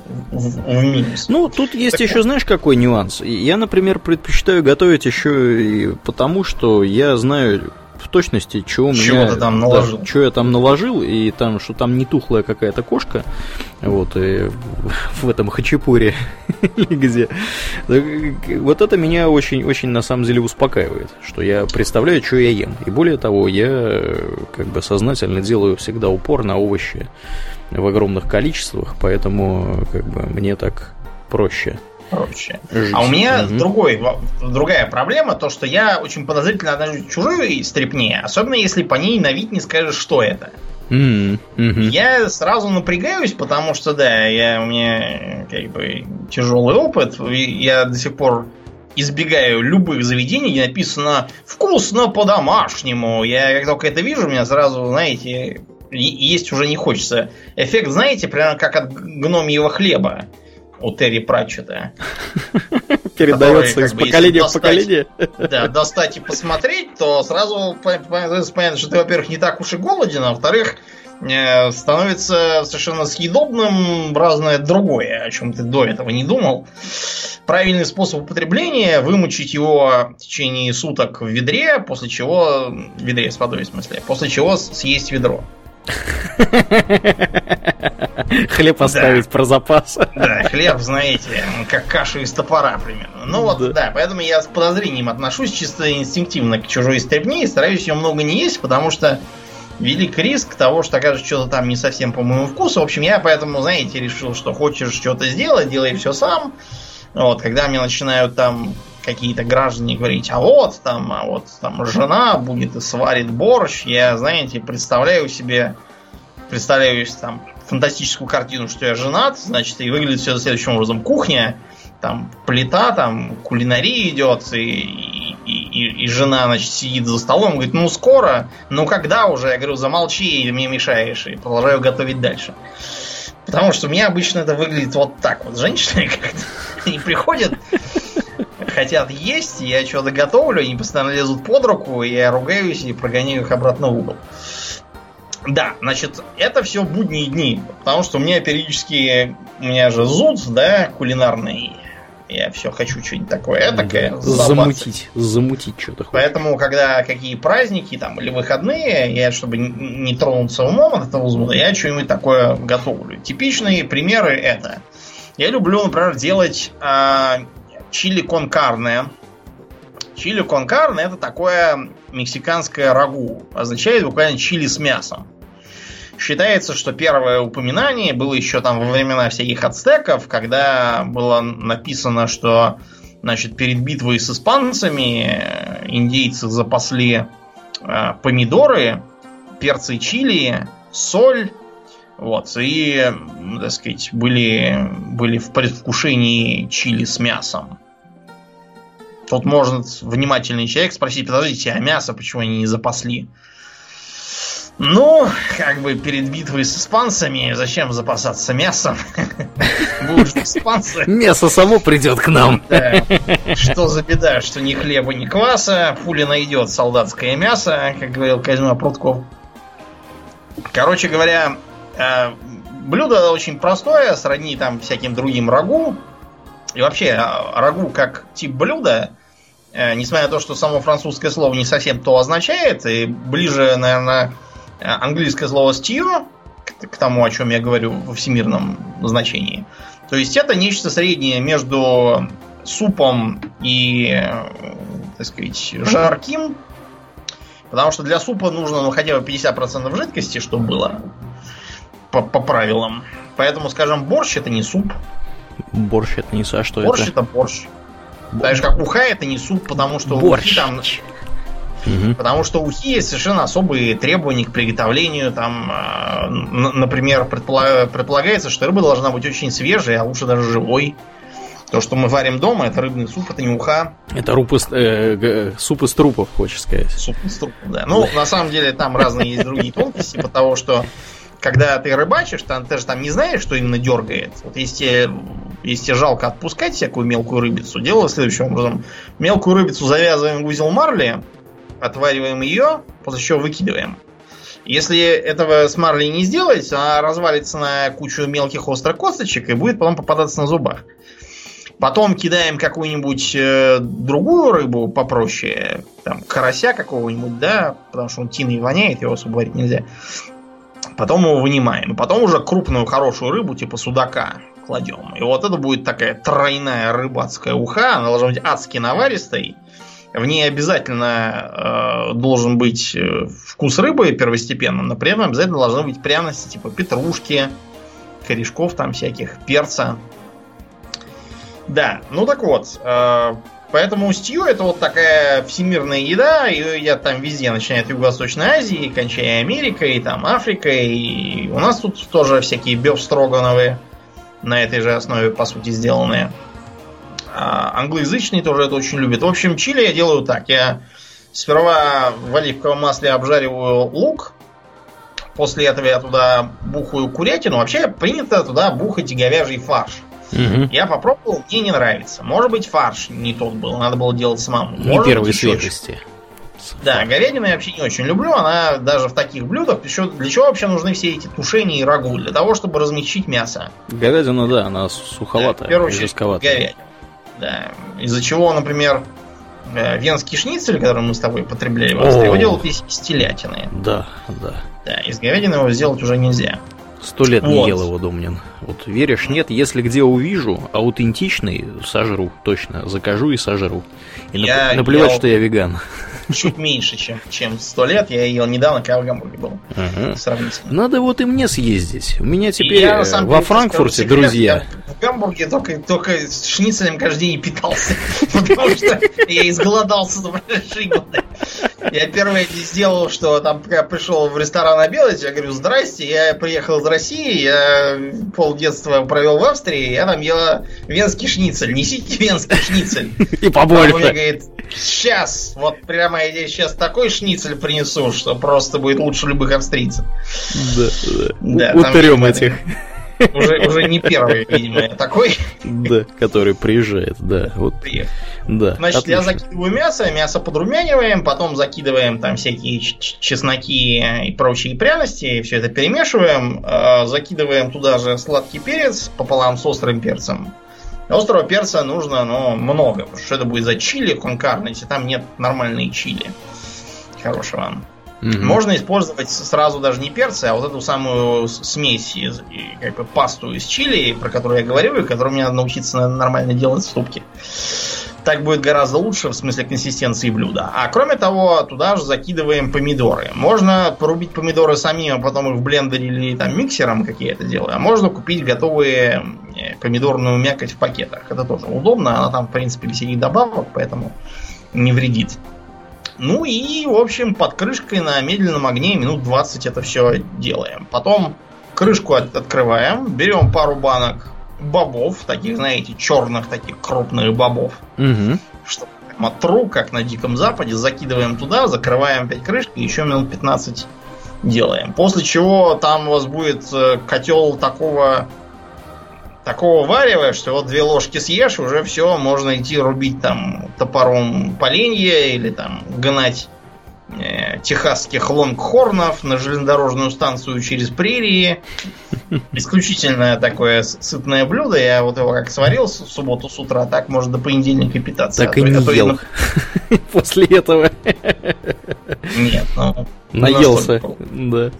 [SPEAKER 2] в минус.
[SPEAKER 1] Ну, тут есть еще, знаешь, какой нюанс? Я, например, предпочитаю готовить еще и потому, что я знаю в точности, что у меня,
[SPEAKER 2] ты там наложил.
[SPEAKER 1] Да, что я там наложил, и там, что там не тухлая какая-то кошка, вот, и в этом хачапуре, где. Вот это меня очень-очень на самом деле успокаивает, что я представляю, что я ем. И более того, я как бы сознательно делаю всегда упор на овощи в огромных количествах, поэтому как бы мне так проще.
[SPEAKER 2] А у меня другая проблема, то, что я очень подозрительно отношусь к чужой стрепне, особенно если по ней на вид не скажешь, что это. Я сразу напрягаюсь, потому что, да, у меня как бы тяжелый опыт, я до сих пор избегаю любых заведений, где написано «вкусно по-домашнему». Я как только это вижу, у меня сразу, знаете, есть уже не хочется. Эффект, знаете, прямо как от гномьего хлеба у Терри Пратчета.
[SPEAKER 1] Передается из поколения в поколение.
[SPEAKER 2] Да, достать и посмотреть, то сразу понятно, что ты, во-первых, не так уж и голоден, а во-вторых, становится совершенно съедобным разное другое, о чем ты до этого не думал. Правильный способ употребления — вымочить его в течение суток в ведре, после чего... В ведре с водой, в смысле. После чего съесть ведро.
[SPEAKER 1] Хлеб оставить про запас.
[SPEAKER 2] Да, хлеб, знаете, как каша из топора примерно. Ну вот, да, поэтому я с подозрением отношусь чисто инстинктивно к чужой стрепне и стараюсь ее много не есть, потому что велик риск того, что окажется что-то там не совсем по моему вкусу. В общем, я поэтому, знаете, решил, что хочешь что-то сделать, делай все сам. Вот, когда мне начинают там какие-то граждане говорить, а вот там жена будет и сварит борщ, я, знаете, представляю там фантастическую картину, что я женат, значит, и выглядит все следующим образом. Кухня, там плита, там кулинария идет, и И жена, значит, сидит за столом, говорит, ну скоро, ну когда уже? Я говорю, замолчи, мне мешаешь, и продолжаю готовить дальше. Потому что у меня обычно это выглядит вот так вот. Женщины как-то они приходят, хотят есть, я что-то готовлю, они постоянно лезут под руку, и я ругаюсь и прогоняю их обратно в угол. Да, значит, это все будние дни, потому что у меня периодически, у меня же зуд, да, кулинарный, я все хочу что-нибудь такое этакое.
[SPEAKER 1] Замутить что-то.
[SPEAKER 2] Поэтому, когда какие праздники там или выходные, я, чтобы не тронуться умом от этого зуда, я что-нибудь такое готовлю. Типичные примеры это. Я люблю, например, делать чили кон карне. Чили кон карне это такое мексиканское рагу. Означает буквально чили с мясом. Считается, что первое упоминание было еще там во времена всяких ацтеков, когда было написано, что, значит, перед битвой с испанцами индейцы запасли помидоры, перцы чили, соль, вот, и, так сказать, были в предвкушении чили с мясом. Тут может внимательный человек спросить, подождите, а мясо почему они не запасли? Ну, как бы перед битвой с испанцами, зачем запасаться мясом? Будут же испанцы.
[SPEAKER 1] Мясо само придет к нам.
[SPEAKER 2] Да. Что за беда, что ни хлеба, ни кваса, пуля найдет солдатское мясо, как говорил Козьма Прутков. Короче говоря, блюдо очень простое, сродни там всяким другим рагу. И вообще, рагу как тип блюда, несмотря на то, что само французское слово не совсем то означает, и ближе, наверное, английское слово stew, к тому, о чем я говорю во всемирном значении. То есть это нечто среднее между супом и, так сказать, жарким. Потому что для супа нужно хотя бы 50% жидкости, чтобы было по правилам. Поэтому, скажем, борщ это не суп.
[SPEAKER 1] Борщ это не суп, а что
[SPEAKER 2] борщ
[SPEAKER 1] это?
[SPEAKER 2] Это борщ. Так же, как уха это не суп, потому что
[SPEAKER 1] борщ.
[SPEAKER 2] Ухи там... Потому что у ухи есть совершенно особые требования к приготовлению. Там, например, предполагается, что рыба должна быть очень свежей, а лучше даже живой. То, что мы варим дома, это рыбный суп, это не уха.
[SPEAKER 1] Это суп из трупов, хочешь сказать.
[SPEAKER 2] Суп из трупов, да. Ну, на самом деле, там разные есть другие тонкости, типа того, что когда ты рыбачишь, ты же там не знаешь, что именно дергает. Вот если тебе жалко отпускать всякую мелкую рыбицу, дело следующим образом. Мелкую рыбицу завязываем в узел марли, отвариваем ее, после чего выкидываем. Если этого с марлей не сделать, она развалится на кучу мелких острых косточек и будет потом попадаться на зубах. Потом кидаем какую-нибудь другую рыбу попроще, там, карася какого-нибудь, да, потому что он тиной воняет, его особо варить нельзя. Потом его вынимаем. И потом уже крупную хорошую рыбу, типа судака, кладем. И вот это будет такая тройная рыбацкая уха. Она должна быть адски наваристой. В ней обязательно должен быть вкус рыбы первостепенно, но при этом обязательно должны быть пряности типа петрушки, корешков там всяких, перца. Да, ну так вот. Поэтому стью это вот такая всемирная еда. Ее едят там везде, начиная от Юго-Восточной Азии, кончая Америкой, там Африкой. И у нас тут тоже всякие бёв-строгановые на этой же основе, по сути, сделанные. Англоязычные тоже это очень любят. В общем, чили я делаю так. Я сперва в оливковом масле обжариваю лук. После этого я туда бухаю курятину. Вообще принято туда бухать и говяжий фарш. Угу. Я попробовал, мне не нравится. Может быть, фарш не тот был, надо было делать самому.
[SPEAKER 1] Не первой свежести.
[SPEAKER 2] Да, говядину я вообще не очень люблю. Она даже в таких блюдах. Для чего вообще нужны все эти тушения и рагу? Для того, чтобы размягчить мясо.
[SPEAKER 1] Говядина, да, она суховатая,
[SPEAKER 2] да, в первую очередь, говядина. Да. Из-за чего, например, венский шницель, который мы с тобой потребляли, его делают из телятины.
[SPEAKER 1] Да, да.
[SPEAKER 2] Да, из говядины его сделать уже нельзя.
[SPEAKER 1] 100 лет не ел его, Домнин. Вот веришь, нет, если где увижу аутентичный, сожру, точно, закажу и сожру. И наплевать, что я веган.
[SPEAKER 2] Чуть меньше, чем 100 лет. Я ел недавно, когда в Гамбурге был. Сравнительно.
[SPEAKER 1] Надо вот и мне съездить. У меня теперь во Франкфурте друзья.
[SPEAKER 2] Я в Гамбурге только с шницелем каждый день питался. Потому что я изголодался за большие годы. Я первое сделал, что там я пришел в ресторан обедать, я говорю, здрасте, я приехал из России, я полдетства провел в Австрии, я там ела венский шницель, несите венский шницель.
[SPEAKER 1] И побольше.
[SPEAKER 2] Он мне говорит, сейчас, вот прямо я тебе сейчас такой шницель принесу, что просто будет лучше любых австрийцев.
[SPEAKER 1] Да. Утрем этих.
[SPEAKER 2] Уже не первый, видимо, такой.
[SPEAKER 1] Да, который приезжает, да. Вот. Да.
[SPEAKER 2] Значит, я закидываю мясо подрумяниваем, потом закидываем там всякие чесноки и прочие пряности, все это перемешиваем, закидываем туда же сладкий перец пополам с острым перцем. Острого перца нужно, но много, потому что это будет за чили кон карне, если там нет нормальной чили хорошего. Можно использовать сразу даже не перцы, а вот эту самую смесь, как бы пасту из чили, про которую я говорю, и которую мне надо научиться нормально делать в ступке. Так будет гораздо лучше в смысле консистенции блюда. А кроме того, туда же закидываем помидоры. Можно порубить помидоры самим, а потом их в блендере или там миксером, как я это делаю. А можно купить готовые помидорную мякоть в пакетах. Это тоже удобно. Она там, в принципе, без всяких добавок, поэтому не вредит. Ну и, в общем, под крышкой на медленном огне минут 20 это все делаем. Потом крышку открываем, берем пару банок бобов, таких, знаете, черных, таких крупных бобов. Что отру, как на Диком Западе, закидываем туда, закрываем опять крышкой, еще минут 15 делаем. После чего там у вас будет котел такого варева, что вот 2 ложки съешь, уже все, можно идти рубить там топором поленья или там гнать техасских лонгхорнов на железнодорожную станцию через прерии. Исключительно такое сытное блюдо. Я вот его как сварил в субботу с утра, так может до понедельника питаться.
[SPEAKER 1] Так и не ел после этого.
[SPEAKER 2] Нет,
[SPEAKER 1] наелся. Да.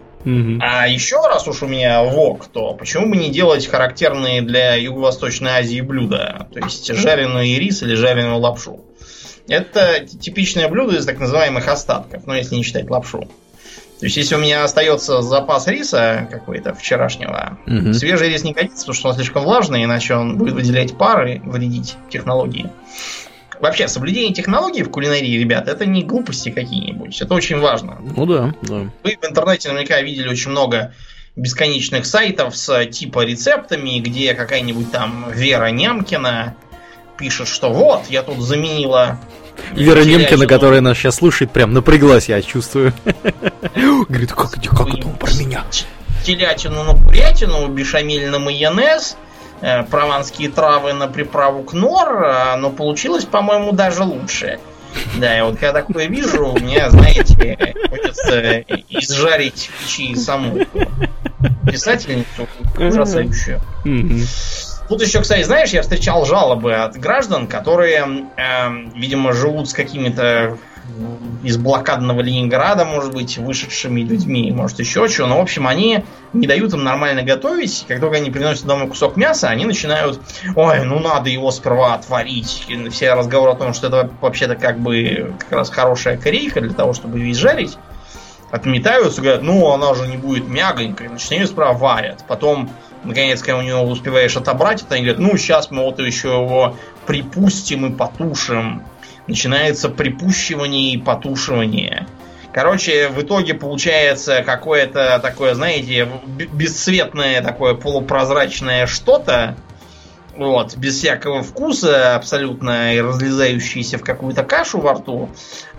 [SPEAKER 2] А еще раз уж у меня вок, то почему бы не делать характерные для Юго-Восточной Азии блюда? То есть жареный рис или жареную лапшу. Это типичное блюдо из так называемых остатков, но если не считать лапшу. То есть если у меня остается запас риса какой-то вчерашнего, свежий рис не годится, потому что он слишком влажный, иначе он будет выделять пар и вредить технологии. Вообще, соблюдение технологий в кулинарии, ребят, это не глупости какие-нибудь. Это очень важно.
[SPEAKER 1] Ну да.
[SPEAKER 2] Вы в интернете наверняка видели очень много бесконечных сайтов с типа рецептами, где какая-нибудь там Вера Нямкина пишет, что вот, я тут заменила...
[SPEAKER 1] Вера Нямкина, которая нас сейчас слушает, прям напряглась, я чувствую. Говорит, как это он про меня?
[SPEAKER 2] Телятину на курятину, бешамель на майонез, прованские травы на приправу кнор, но получилось, по-моему, даже лучше. Да, я вот когда такое вижу, у меня, знаете, хочется изжарить в печи саму писательницу ужасающую. Тут еще, кстати, знаешь, я встречал жалобы от граждан, которые, видимо, живут с какими-то из блокадного Ленинграда, может быть, вышедшими людьми, может, еще что. Но, в общем, они не дают им нормально готовить. Как только они приносят домой кусок мяса, они начинают: ой, ну надо его сперва отварить. И все разговоры о том, что это вообще-то как раз хорошая корейка для того, чтобы ее изжарить, отметаются, говорят, ну она же не будет мягонькой. Значит, они ее сперва варят. Потом, наконец, когда у него успеваешь отобрать это, они говорят, ну сейчас мы вот еще его припустим и потушим. Начинается припущивание и потушивание. Короче, в итоге получается какое-то такое, знаете, бесцветное такое полупрозрачное что-то, вот, без всякого вкуса, абсолютно разлезающееся в какую-то кашу во рту.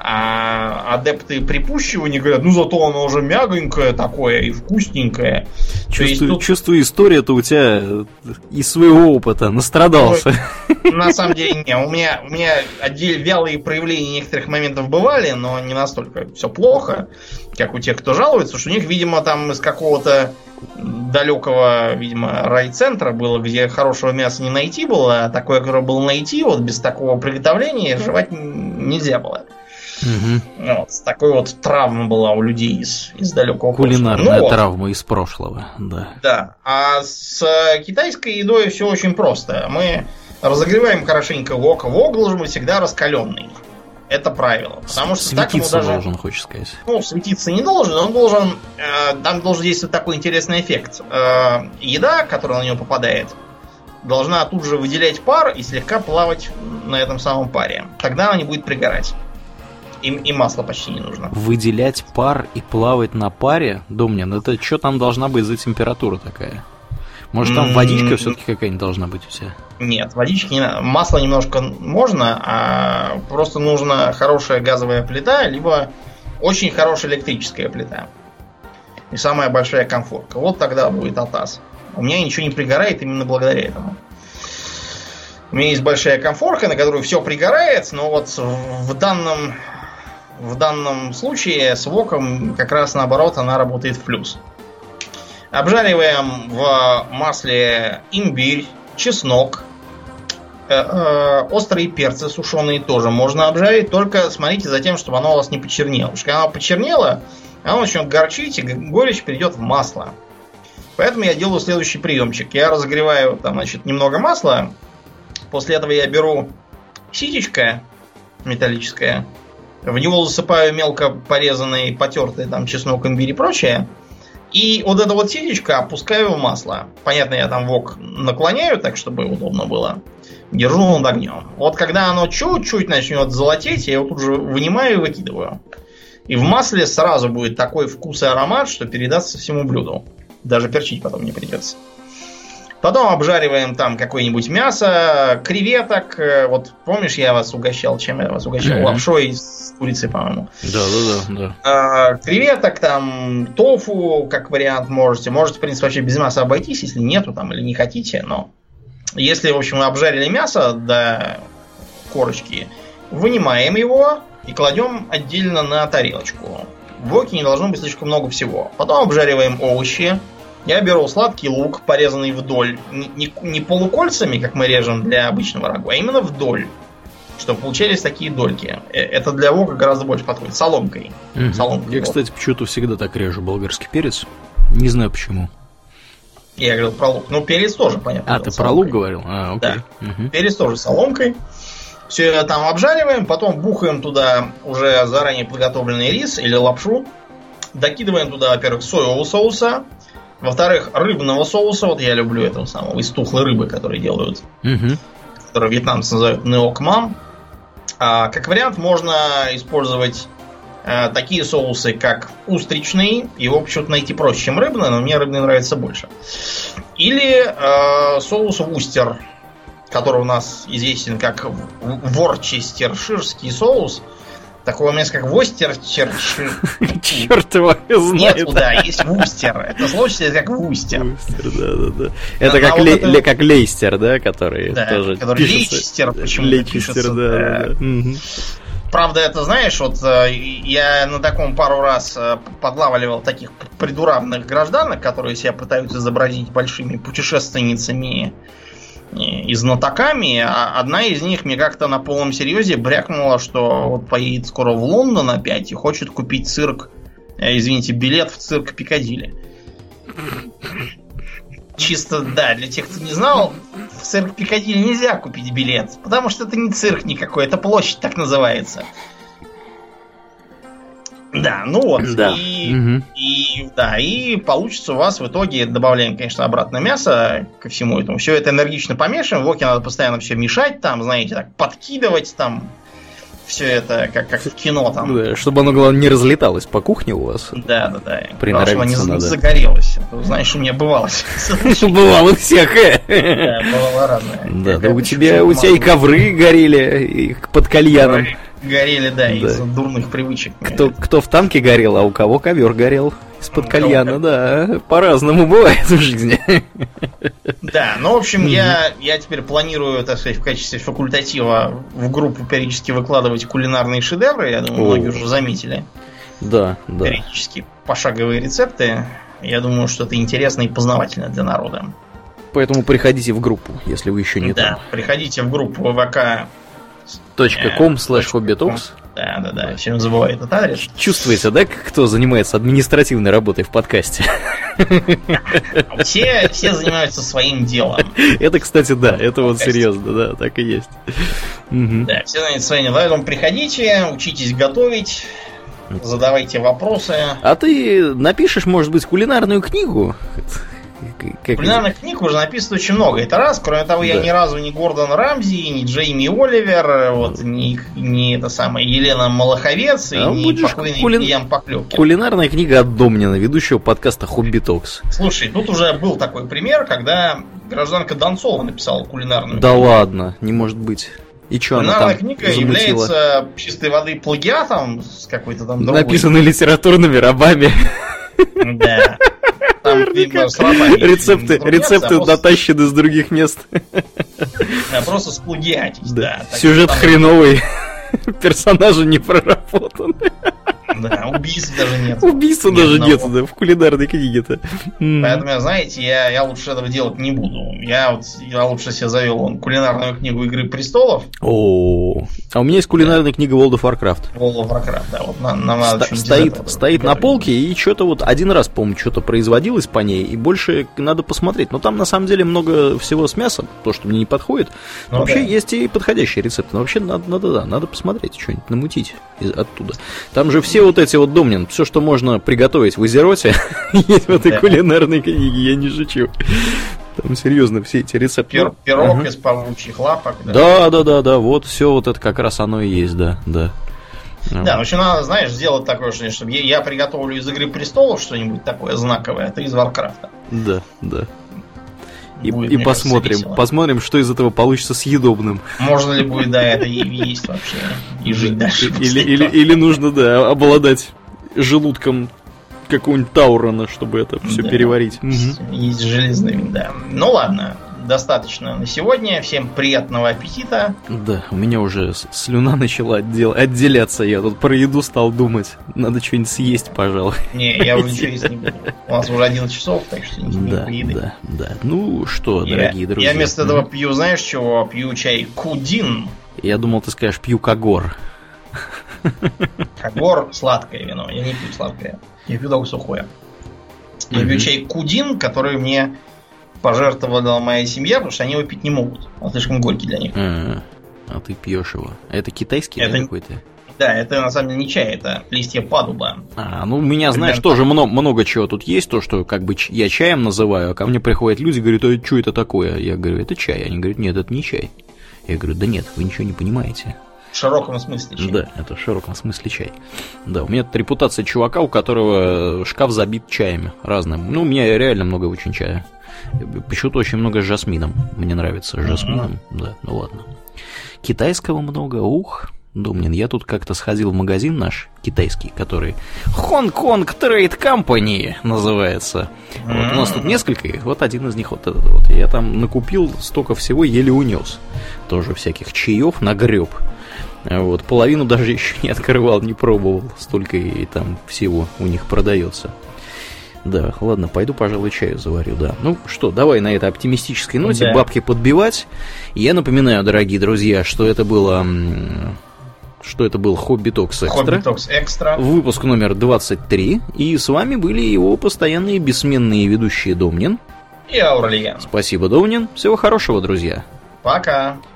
[SPEAKER 2] А адепты припущивания говорят, ну зато оно уже мягонькое такое и вкусненькое.
[SPEAKER 1] Чувствую, история-то у тебя из своего опыта настрадался.
[SPEAKER 2] На самом деле, не. У меня вялые проявления некоторых моментов бывали, но не настолько все плохо, как у тех, кто жалуется, что у них, видимо, там из какого-то далекого, видимо, райцентра было, где хорошего мяса не найти было, а такое, которое было найти, вот без такого приготовления жевать нельзя было. Вот, такой вот травма была у людей из далекого прошлого.
[SPEAKER 1] Кулинарная травма из прошлого, да.
[SPEAKER 2] Да, а с китайской едой все очень просто. Мы разогреваем хорошенько вок. Вок должен быть всегда раскаленный. Это правило. Потому что так ему даже...
[SPEAKER 1] должен, хочешь сказать.
[SPEAKER 2] Ну, светиться не должен, он должен... Там должен действовать такой интересный эффект. Еда, которая на него попадает, должна тут же выделять пар и слегка плавать на этом самом паре. Тогда она не будет пригорать. И масла почти не нужно.
[SPEAKER 1] Выделять пар и плавать на паре? Домнин, это что там должна быть за температура такая? Может, там водичка все-таки какая-нибудь должна быть у тебя?
[SPEAKER 2] Нет, водички не надо. Масло немножко можно, а просто нужна хорошая газовая плита, либо очень хорошая электрическая плита. И самая большая комфорка. Вот тогда будет атас. У меня ничего не пригорает именно благодаря этому. У меня есть большая комфорка, на которую все пригорает, но вот в данном случае с воком как раз наоборот она работает в плюс. Обжариваем в масле имбирь, чеснок, острые перцы сушеные тоже можно обжарить, только смотрите за тем, чтобы оно у вас не почернело. Потому что когда оно почернело, оно начнет горчить, и горечь перейдет в масло. Поэтому я делаю следующий приемчик. Я разогреваю там, значит, немного масла. После этого я беру ситечко металлическое, в него засыпаю мелко порезанный, потертый там чеснок, имбирь и прочее. И вот это вот ситечко опускаю в масло. Понятно, я там вок наклоняю так, чтобы удобно было. Держу над огнем. Вот когда оно чуть-чуть начнет золотеть, я его тут же вынимаю и выкидываю. И в масле сразу будет такой вкус и аромат, что передастся всему блюду. Даже перчить потом не придется. Потом обжариваем там какое-нибудь мясо, креветок. Вот помнишь, я вас угощал? Чем я вас угощал? Лапшой с курицей, по-моему. Да. Креветок, там, тофу, как вариант, можете. Можете, в принципе, вообще без мяса обойтись, если нету там или не хотите. Но если, в общем, мы обжарили мясо до корочки, вынимаем его и кладем отдельно на тарелочку. В воке не должно быть слишком много всего. Потом обжариваем овощи. Я беру сладкий лук, порезанный вдоль. Не полукольцами, как мы режем для обычного рагу, а именно вдоль. Чтобы получались такие дольки. Это для вока гораздо больше подходит. Соломкой. Соломкой.
[SPEAKER 1] Я, кстати, почему-то всегда так режу болгарский перец. Не знаю почему.
[SPEAKER 2] Я говорил про лук. Ну, перец тоже, понятно.
[SPEAKER 1] А, ты про лук говорил? А, окей.
[SPEAKER 2] Да. Перец тоже соломкой. Все это там обжариваем, потом бухаем туда уже заранее подготовленный рис или лапшу. Докидываем туда, во-первых, соевого соуса. Во-вторых, рыбного соуса. Вот я люблю этого самого, из тухлой рыбы, который делают. Который вьетнамцы называют неок мам. Как вариант, можно использовать такие соусы, как устричный. Его почему-то найти проще, чем рыбный, но мне рыбный нравится больше. Или соус вустер, который у нас известен как ворчестерширский соус. Такого места, как Востерчер.
[SPEAKER 1] Черт его знает.
[SPEAKER 2] Нет, да, есть Вустер. Это сложится как Вустер.
[SPEAKER 1] Да. Это как Лейстер, да, который тоже
[SPEAKER 2] который Лейчестер почему-то пишется.
[SPEAKER 1] Да.
[SPEAKER 2] Правда, это, знаешь, вот я на таком пару раз подлавливал таких придуравных гражданок, которые себя пытаются изобразить большими путешественницами и знатоками, а одна из них мне как-то на полном серьезе брякнула, что вот поедет скоро в Лондон опять и хочет купить билет в цирк Пикадилли. Чисто, да, для тех, кто не знал, в цирк Пикадилли нельзя купить билет, потому что это не цирк никакой, это площадь так называется. Да, ну вот.
[SPEAKER 1] Да.
[SPEAKER 2] И получится у вас в итоге, добавляем, конечно, обратно мясо ко всему этому. Все это энергично помешиваем. В воке надо постоянно все мешать, там, знаете, так подкидывать, там, все это, как в кино там.
[SPEAKER 1] Да, чтобы оно, главное, не разлеталось по кухне у вас.
[SPEAKER 2] Да.
[SPEAKER 1] Чтобы
[SPEAKER 2] оно не загорелось. Знаешь, у меня бывало.
[SPEAKER 1] Бывало у всех.
[SPEAKER 2] Да, бывало разное.
[SPEAKER 1] Да, у тебя и ковры горели под кальяном.
[SPEAKER 2] Горели, да, из-за дурных привычек.
[SPEAKER 1] Кто в танке горел, а у кого ковер горел из-под кальяна, да. По-разному бывает в жизни.
[SPEAKER 2] Да, ну, в общем, я теперь планирую, так сказать, в качестве факультатива в группу периодически выкладывать кулинарные шедевры. Я думаю, многие уже заметили.
[SPEAKER 1] Да.
[SPEAKER 2] Периодически пошаговые рецепты. Я думаю, что это интересно и познавательно для народа.
[SPEAKER 1] Поэтому приходите в группу, если вы еще не там.
[SPEAKER 2] Да, приходите в группу ВК
[SPEAKER 1] .com/hobbytalks.
[SPEAKER 2] Да, все не забывай этот адрес.
[SPEAKER 1] Чувствуете, да, кто занимается административной работой в подкасте?
[SPEAKER 2] Все занимаются своим делом.
[SPEAKER 1] Это, кстати, да, это вот серьезно, да, так и есть.
[SPEAKER 2] Да, все занимаются своим делом. Поэтому приходите, учитесь готовить, задавайте вопросы.
[SPEAKER 1] А ты напишешь, может быть, кулинарную книгу?
[SPEAKER 2] Кулинарных книг уже написано очень много. Это раз. Кроме того, я ни разу ни Гордон Рамзи, ни Джейми Оливер, вот, ни это самое Елена Малаховец, и ни покойный Ян Поклёвкин.
[SPEAKER 1] Кулинарная книга от Домнина, ведущего подкаста Хобби Токс.
[SPEAKER 2] Слушай, тут уже был такой пример, когда гражданка Донцова написала кулинарную книгу.
[SPEAKER 1] Да ладно, не может быть. И что она там
[SPEAKER 2] книга является чистой воды плагиатом с какой-то там другой.
[SPEAKER 1] Написано литературными рабами.
[SPEAKER 2] Да. Там, видимо, с рабами.
[SPEAKER 1] Рецепты дотащены с других мест.
[SPEAKER 2] Да, просто сплагиатить. Да.
[SPEAKER 1] Сюжет хреновый. Персонажи не проработаны.
[SPEAKER 2] Да, убийств даже нет.
[SPEAKER 1] Убийства даже нет, да, в кулинарной книге-то.
[SPEAKER 2] Поэтому, знаете, я лучше этого делать не буду. Я лучше себе завел кулинарную книгу «Игры престолов».
[SPEAKER 1] О, а у меня есть кулинарная книга World of Warcraft.
[SPEAKER 2] World of Warcraft, да, вот нам надо
[SPEAKER 1] стоит на полке, и что-то вот один раз, по-моему, что-то производилось по ней, и больше надо посмотреть. Но там на самом деле много всего с мясом, то, что мне не подходит. Но вообще есть и подходящие рецепты. Но вообще надо посмотреть, что-нибудь намутить оттуда. Там же все вот эти вот Домнин, все, что можно приготовить в Азероте, есть в этой кулинарной книге, я не шучу. Там серьезно все эти рецепты.
[SPEAKER 2] Пирог из павучьих лапок.
[SPEAKER 1] Да, вот все вот это как раз оно и есть, да. Да,
[SPEAKER 2] в общем, надо, знаешь, сделать такое, чтобы я приготовлю из «Игры престолов» что-нибудь такое знаковое, а ты из Варкрафта.
[SPEAKER 1] Да. И посмотрим, что из этого получится съедобным.
[SPEAKER 2] Можно ли будет, это есть вообще, и жить дальше.
[SPEAKER 1] Или нужно, обладать желудком какого-нибудь Таурона, чтобы это все переварить.
[SPEAKER 2] Есть железными, да. Ну ладно, достаточно на сегодня. Всем приятного аппетита.
[SPEAKER 1] Да, у меня уже слюна начала отделяться. Я тут про еду стал думать. Надо что-нибудь съесть, пожалуй.
[SPEAKER 2] Не, я уже ничего есть не буду. У нас уже 11 часов, так что не еды.
[SPEAKER 1] Да. Ну что, дорогие друзья.
[SPEAKER 2] Я вместо этого пью, знаешь чего? Пью чай Кудин.
[SPEAKER 1] Я думал, ты скажешь, пью Кагор.
[SPEAKER 2] Кагор — сладкое вино. Я не пью сладкое. Я пью только сухое. Я пью чай Кудин, который мне пожертвовала моя семья, потому что они его пить не могут. Он слишком горький для них.
[SPEAKER 1] А ты пьешь его. Это китайский какой-то?
[SPEAKER 2] Да, это на самом деле не чай, это листья падуба.
[SPEAKER 1] У меня, знаешь, тоже много чего тут есть, то, что как бы я чаем называю, а ко мне приходят люди и говорят, а что это такое? Я говорю, это чай. Они говорят, нет, это не чай. Я говорю, да нет, вы ничего не понимаете.
[SPEAKER 2] В широком смысле чай.
[SPEAKER 1] Да, это в широком смысле чай. Да, у меня тут репутация чувака, у которого шкаф забит чаями разным. У меня реально много очень чая. Почему-то очень много с жасмином. Мне нравится с жасмином. Да, ну ладно. Китайского много, Домнин, я тут как-то сходил в магазин наш китайский, который Hong-Kong Trade Company называется. Вот, у нас тут несколько их, вот один из них вот этот вот. Я там накупил столько всего, еле унес. Тоже всяких чаев нагреб. Вот, половину даже еще не открывал, не пробовал. Столько и там всего у них продается. Да, ладно, пойду, пожалуй, чаю заварю, да. Ну что, давай на этой оптимистической ноте бабки подбивать. Я напоминаю, дорогие друзья, что это было... Что это был Хобби Токс Экстра. Выпуск номер 23. И с вами были его постоянные бессменные ведущие Домнин
[SPEAKER 2] и Аурлиен.
[SPEAKER 1] Спасибо, Домнин. Всего хорошего, друзья.
[SPEAKER 2] Пока.